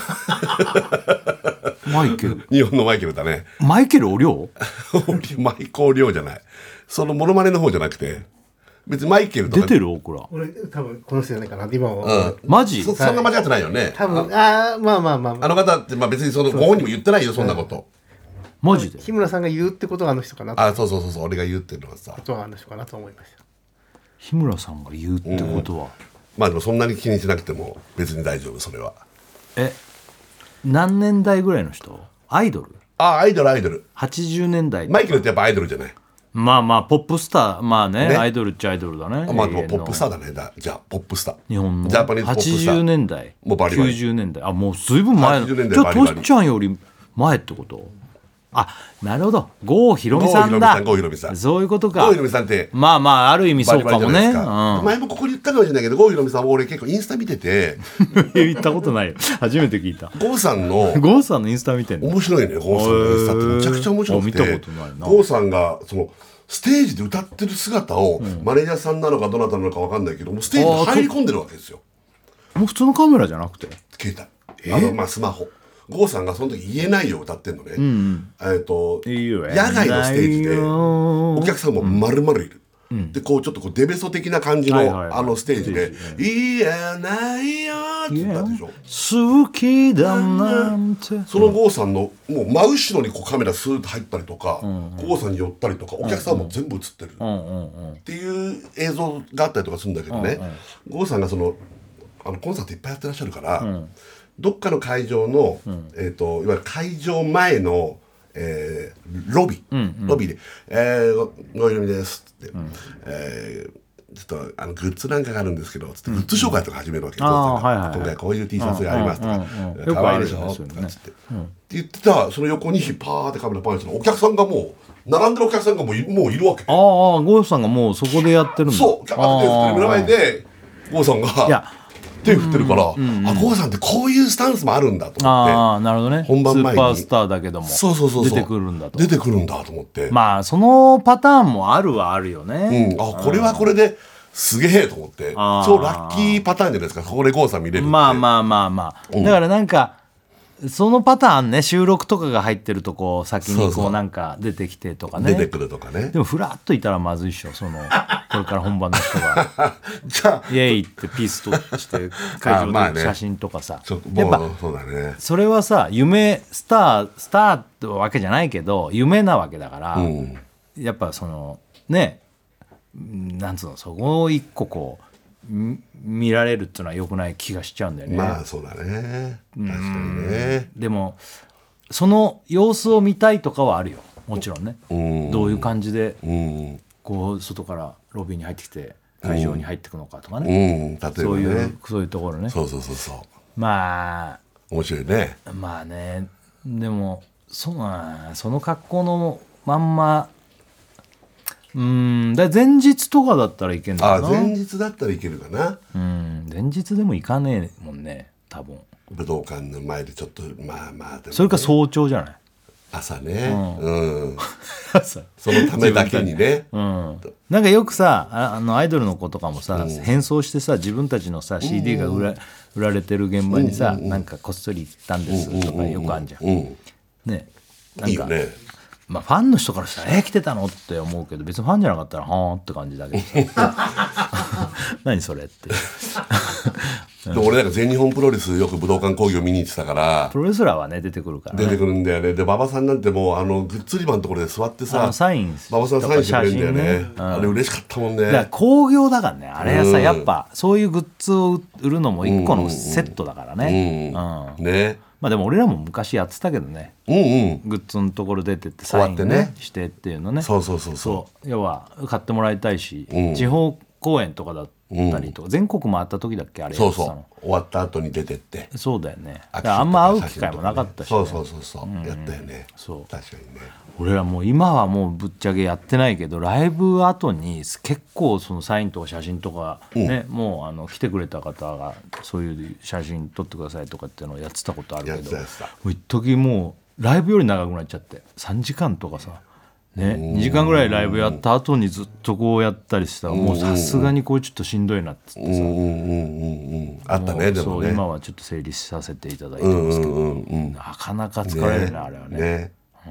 マイケル日本のマイケルだね。 マイケルお涼マイコー涼じゃないそのモノマネの方じゃなくて別にマイケルとか出てるオクラ俺多分この人じゃないかな今は、 うん、マジそ, そんな間違ってないよね多分ああまあまあまああの方って、まあ、別にそのご本人も言ってないよそんなこと、 うん、マジで日村さんが言うってことはあの人かなと。 あそうそうそうそう俺が言うっていうのはさことはあの人かなと思いました。 日村さんが言うってことは、うん、 まあでもそんなに気にしなくても別に大丈夫それは。 え何年代ぐらいの人アイドル。 あアイドルアイドルはちじゅうねんだい。 マイケルってやっぱアイドルじゃない。 まあまあポップスターまあ ね, ねアイドルっちゃアイドルだね。 まあでもポップスターだねだじゃあポップスター日本のジャパニーズポップスターはちじゅうねんだいもうバリバリきゅうじゅうねんだいあもう随分前の。じゃあトシちゃんより前ってこと。あなるほど郷ひろみさんだ。 郷ひろみさんそういうことか。 郷ひろみさんってまあまあある意味そうかもね。 バリバリうん、前もここに言ったかもしれないけど郷ひろみさんも俺結構インスタ見てて言ったことないよ初めて聞いた。 郷さんの郷さんのインスタ見てんの面白いね。郷さんのインスタってめちゃくちゃ面白くて見たことないな。 郷さんがそのステージで歌ってる姿を、うん、マネージャーさんなのかどなたなのか分かんないけどもステージに入り込んでるわけですよ。 もう普通のカメラじゃなくて携帯あの、まあ、スマホ郷さんがその時言えないよ歌ってんのね、うん、えーと野外のステージでお客さんも丸々いる、 でこうちょっとこうデベソ的な感じの、 はいはいはいあのステージで「 ステ言えないよ」って言ったでしょ。 好きだなんてその郷さんのもう真後ろにこうカメラスーッと入ったりとか、郷さんに寄ったりとかお客さんも全部映ってるっていう映像があったりとかするんだけどね、郷さんがそのあのコンサートいっぱいやってらっしゃるから、どっかの会場の、えー、といわゆる会場前のえー、ロビー、うんうん、ロビーで「えー、ご, ごひろみです」って、うんえー、ちょっとあのグッズなんかがあるんですけどつって、うん、グッズ紹介とか始めるわけ、うん、今回こういう T シャツがありますとか「かわいいでしょ」とかつって、うん、って言ってたその横にパーってカメラパンしてお客さんがもう並んでるお客さんがもう い, もういるわけ。 ああゴーさんがもうそこでやってるんだ。 そうキャバって目の前でゴーさんがいや手振ってるから、うんうん、あゴーさんってこういうスタンスもあるんだと思って。 ああなるほどね。 本番前にスーパースターだけどもそうそうそうそう出てくるんだと出てくるんだと思って。 まあそのパターンもあるはあるよね、 うん、あこれはこれですげえと思って超ラッキーパターンじゃないですか。ここでゴーさん見れるって。まあまあまあまあ、うん、だからなんかそのパターンね収録とかが入ってるとこう先にこうなんか出てきてとかね出てくるとかね。 でもフラッといたらまずいっしょそのこれから本番の人がじゃあイエイってピースとして会場で写真とかさ、 ね、やっぱそうだね。 それはさ夢スタースターってわけじゃないけど夢なわけだから、うん、やっぱそのねなんつうのそこを一個こう見られるっていうのは良くない気がしちゃうんだよね。 まあそうだね確かにね。 でもその様子を見たいとかはあるよもちろんね。うんどういう感じでこう外からロビーに入ってきて会場に入っていくのかとかね、うん例えばねそういうそういうところね。 そうそうそうそうまあ面白いね。 まあねでも そ, その格好のまんまうんだ前日とかだったらいけんのかな。 あ前日だったらいけるかな。 うん前日でも行かねえもんね多分。 武道館の前でちょっとまあまあでも、ね、 それか早朝じゃない。 朝ね、うんうん、朝そのためだけにね、 うん、なんかよくさあのアイドルの子とかもさ、うん、変装してさ自分たちのさ シーディー が売ら、うん、売られてる現場にさ、うん、なんかこっそり行ったんですとかよくあるじゃん、うんうん、ねなんかいいよね。まあ、ファンの人からしたら「えー、来てたの?」って思うけど別にファンじゃなかったら「はーん」って感じだけどさ何それってで俺なんか全日本プロレスよく武道館興行見に行ってたからプロレスラーはね出てくるからね出てくるんだよね。で馬場さんなんてもうあのグッズ売り場のところで座ってさサイン馬場さんサインしてくれるんだよね、ねうん、あれ嬉しかったもんね。 だから興行だからねあれはさ、うん、やっぱそういうグッズを売るのも一個のセットだからね、うんうんうん、ねまあでも俺らも昔やってたけどね、うんうん、グッズのところ出てってサイン、ねね、してっていうのね。 そうそうそうそう要は買ってもらいたいし、うん、地方公演とかだったりとか、うん、全国回った時だっけあれそうそう終わった後に出てってそうだよね。だからあんま会う機会もなかったし、ね、 そうそうそうそう、うん、やったよね。そう確かにね。 俺らもう今はもうぶっちゃけやってないけどライブ後に結構そのサインとか写真とかね、うん、もうあの来てくれた方がそういう写真撮ってくださいとかっていうのをやってたことあるけど一時もうライブより長くなっちゃってさんじかんとかさ、ね、にじかんぐらいライブやった後にずっとこうやったりしたらもうさすがにこうちょっとしんどいなっつってさ、うんうんうん、 あったね。でもね今はちょっと整理させていただいてますけど、うんうんうん、なかなか疲れるね、あれはね。ねうん、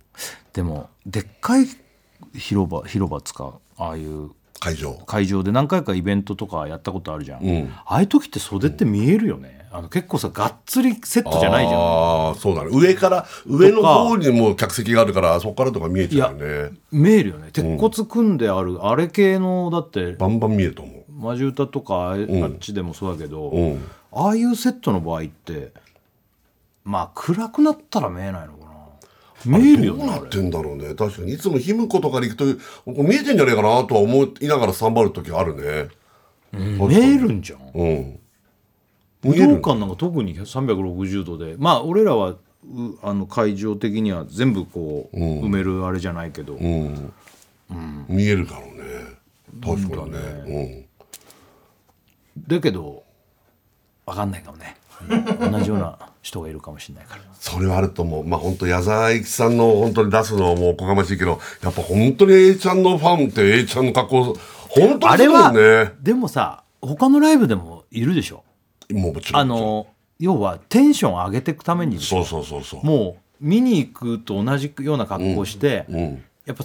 でもでっかい広場広場つかああいう会場会場で何回かイベントとかやったことあるじゃん、うん、ああいう時って袖って見えるよね、うん、あの結構さがっつりセットじゃないじゃん。 ああそうだね。上から上の方にも客席があるからそこからとか見えちゃうよね。 見えるよね。鉄骨組んである、うん、あれ系のだってバンバン見えると思う。 マジ歌とかあっちでもそうだけど、うん、ああいうセットの場合ってまあ暗くなったら見えないのかな。見えるよね。 どうなってんだろうね。確かにいつも卑弥呼とかに行くと見えてんじゃねえかなとは思いながらスタンバる時あるね、 うん、見えるんじゃん、うん、武道館なんか特にさんびゃくろくじゅうどでまあ俺らはあの会場的には全部こう、うん、埋めるあれじゃないけど、うんうん、見えるだろうね。確かにね、ねうん、だけど分かんないかもね同じような人がいるかもしれないからそれはあると思う。まあ本当矢沢永吉さんの本当に出すのはもうおこがましいけどやっぱ本当に A ちゃんのファンって A ちゃんの格好本当にするもんね。あれはでもさ他のライブでもいるでしょ。 もうもちろんあの要はテンション上げていくためにそうそうそうそうもう見に行くと同じような格好して、うんうん、やっぱそっ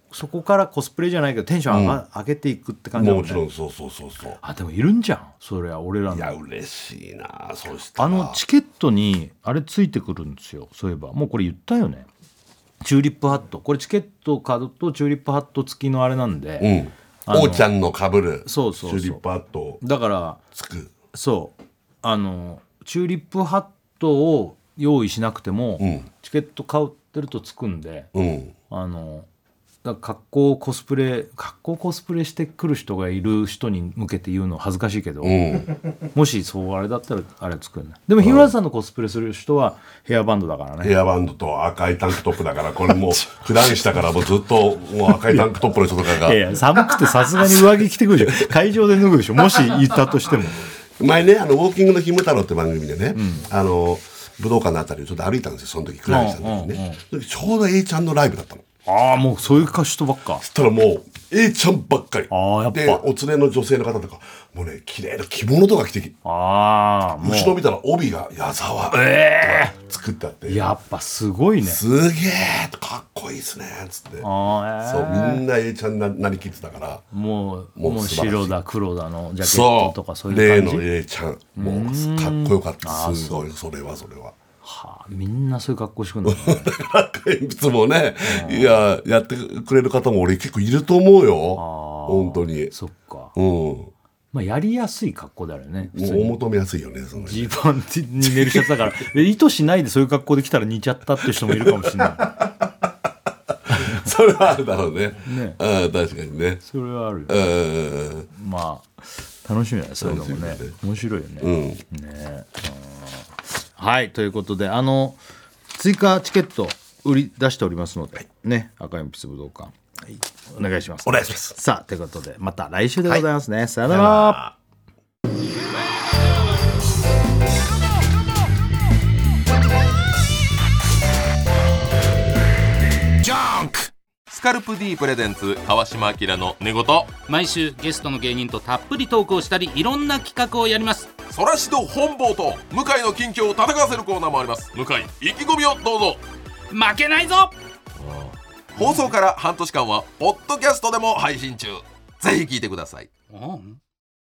そこからコスプレじゃないけどテンション上が、うん、上げていくって感じだもんね。 もちろんそうそうそうそう。 あでもいるんじゃんそれは俺らの。 いや嬉しいな。そうしたらあのチケットにあれついてくるんですよ。そういえばもうこれ言ったよね。チューリップハットこれチケットカードとチューリップハット付きのあれなんで、 うん、おーちゃんの被るそうそうそうチューリップハットだからつくそうあのチューリップハットを用意しなくても、うん、チケット買ってるとつくんで、うん、あのだから格好コスプレ格好コスプレしてくる人がいる人に向けて言うの恥ずかしいけど、うん、もしそうあれだったらあれつくんだ。でも日村さんのコスプレする人はヘアバンドだからね。 ヘアバンドと赤いタンクトップだからこれもう普段したからもうずっともう赤いタンクトップの人とかがいやいや寒くてさすがに上着着てくるでしょ会場で脱ぐでしょもし言ったとしても。 前ねあのウォーキングのひむ太郎って番組でね、うん、あの武道館のあたりをちょっと歩いたんですよその時倉石さんの時にね、うんうんうん、ちょうど A ちゃんのライブだったの。 ああもうそういう人ばっか。 そしたらもう A ちゃんばっかり。 あやっぱでお連れの女性の方とかもうね綺麗な着物とか着てきあもう後ろ見たら帯が矢沢えー作ってあって、 やっぱすごいね。 すげえかっこいいっすねっつって。あ、えー、そうみんな A ちゃんななりきってたからもうもう白だ黒だのジャケットとかそういう感じ。 例の A ちゃんもうかっこよかった。すごいそれはそれは。 はあ、みんなそういう格好してくるんだね。 赤鉛筆もね、いややってくれる方も俺結構いると思うよ。本当に。 そっか。 うん。 まあやりやすい格好だよね。 もうお求めやすいよね。そのジーパンに寝るシャツだから意図しないでそういう格好で来たら似ちゃったっていう人もいるかもしれない。 それはあるだろうね。 ね。 ああ確かにね。 それはあるよ。 うんまあ楽しみだねそういうのもね。面白いよね。 うん、 ね。はいということであの追加チケット売り出しておりますので、はい、ね赤鉛筆武道館、はい、お願いします。 お願いします。 さあということでまた来週でございますね、はい、さよなら。 スカルプ D プレゼンツ川島明の寝言。 毎週ゲストの芸人とたっぷりトークをしたりいろんな企画をやります。 そらしど本坊と向井の近況を戦わせるコーナーもあります。向井意気込みをどうぞ。 負けないぞ。 放送から半年間はポッドキャストでも配信中。ぜひ聞いてください。 うん